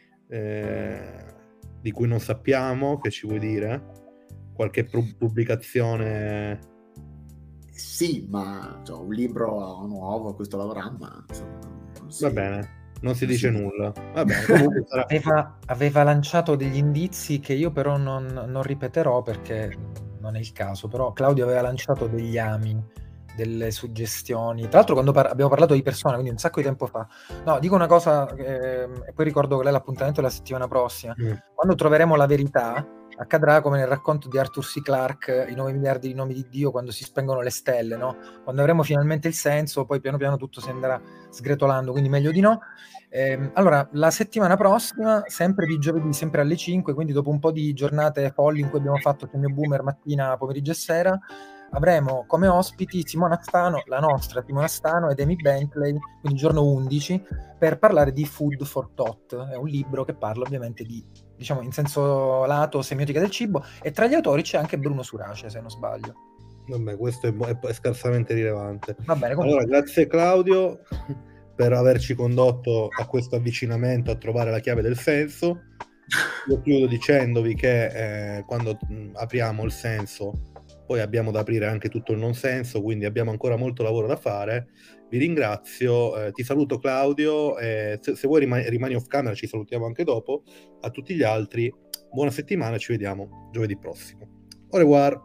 di cui non sappiamo, che ci vuoi dire? Qualche pubblicazione? Sì, ma un libro nuovo a cui sto lavorando, ma insomma, va bene, non si dice nulla. Va bene, comunque aveva lanciato degli indizi che io però non ripeterò perché non è il caso, però Claudio aveva lanciato degli ami, delle suggestioni. Tra l'altro quando abbiamo parlato di persone, quindi un sacco di tempo fa. No, dico una cosa e poi ricordo che lei l'appuntamento è la settimana prossima. Quando troveremo la verità, accadrà come nel racconto di Arthur C. Clarke, i 9 miliardi di nomi di Dio, quando si spengono le stelle, no? Quando avremo finalmente il senso, poi piano piano tutto si andrà sgretolando, quindi meglio di no. Allora, la settimana prossima, sempre di giovedì, sempre alle 5, quindi dopo un po' di giornate folli in cui abbiamo fatto Semio Boomer mattina, pomeriggio e sera, avremo come ospiti Simona Stano, la nostra Simona Stano, ed Amy Bentley, quindi giorno 11, per parlare di Food for Thought. È un libro che parla ovviamente di, diciamo, in senso lato, semiotica del cibo, e tra gli autori c'è anche Bruno Surace, se non sbaglio. Vabbè, questo è scarsamente rilevante. Va bene, allora, grazie Claudio per averci condotto a questo avvicinamento a trovare la chiave del senso. Io chiudo dicendovi che quando apriamo il senso poi abbiamo da aprire anche tutto il non senso, quindi abbiamo ancora molto lavoro da fare. Vi ringrazio, ti saluto Claudio, se vuoi rimani off camera, ci salutiamo anche dopo. A tutti gli altri buona settimana, ci vediamo giovedì prossimo. Au revoir.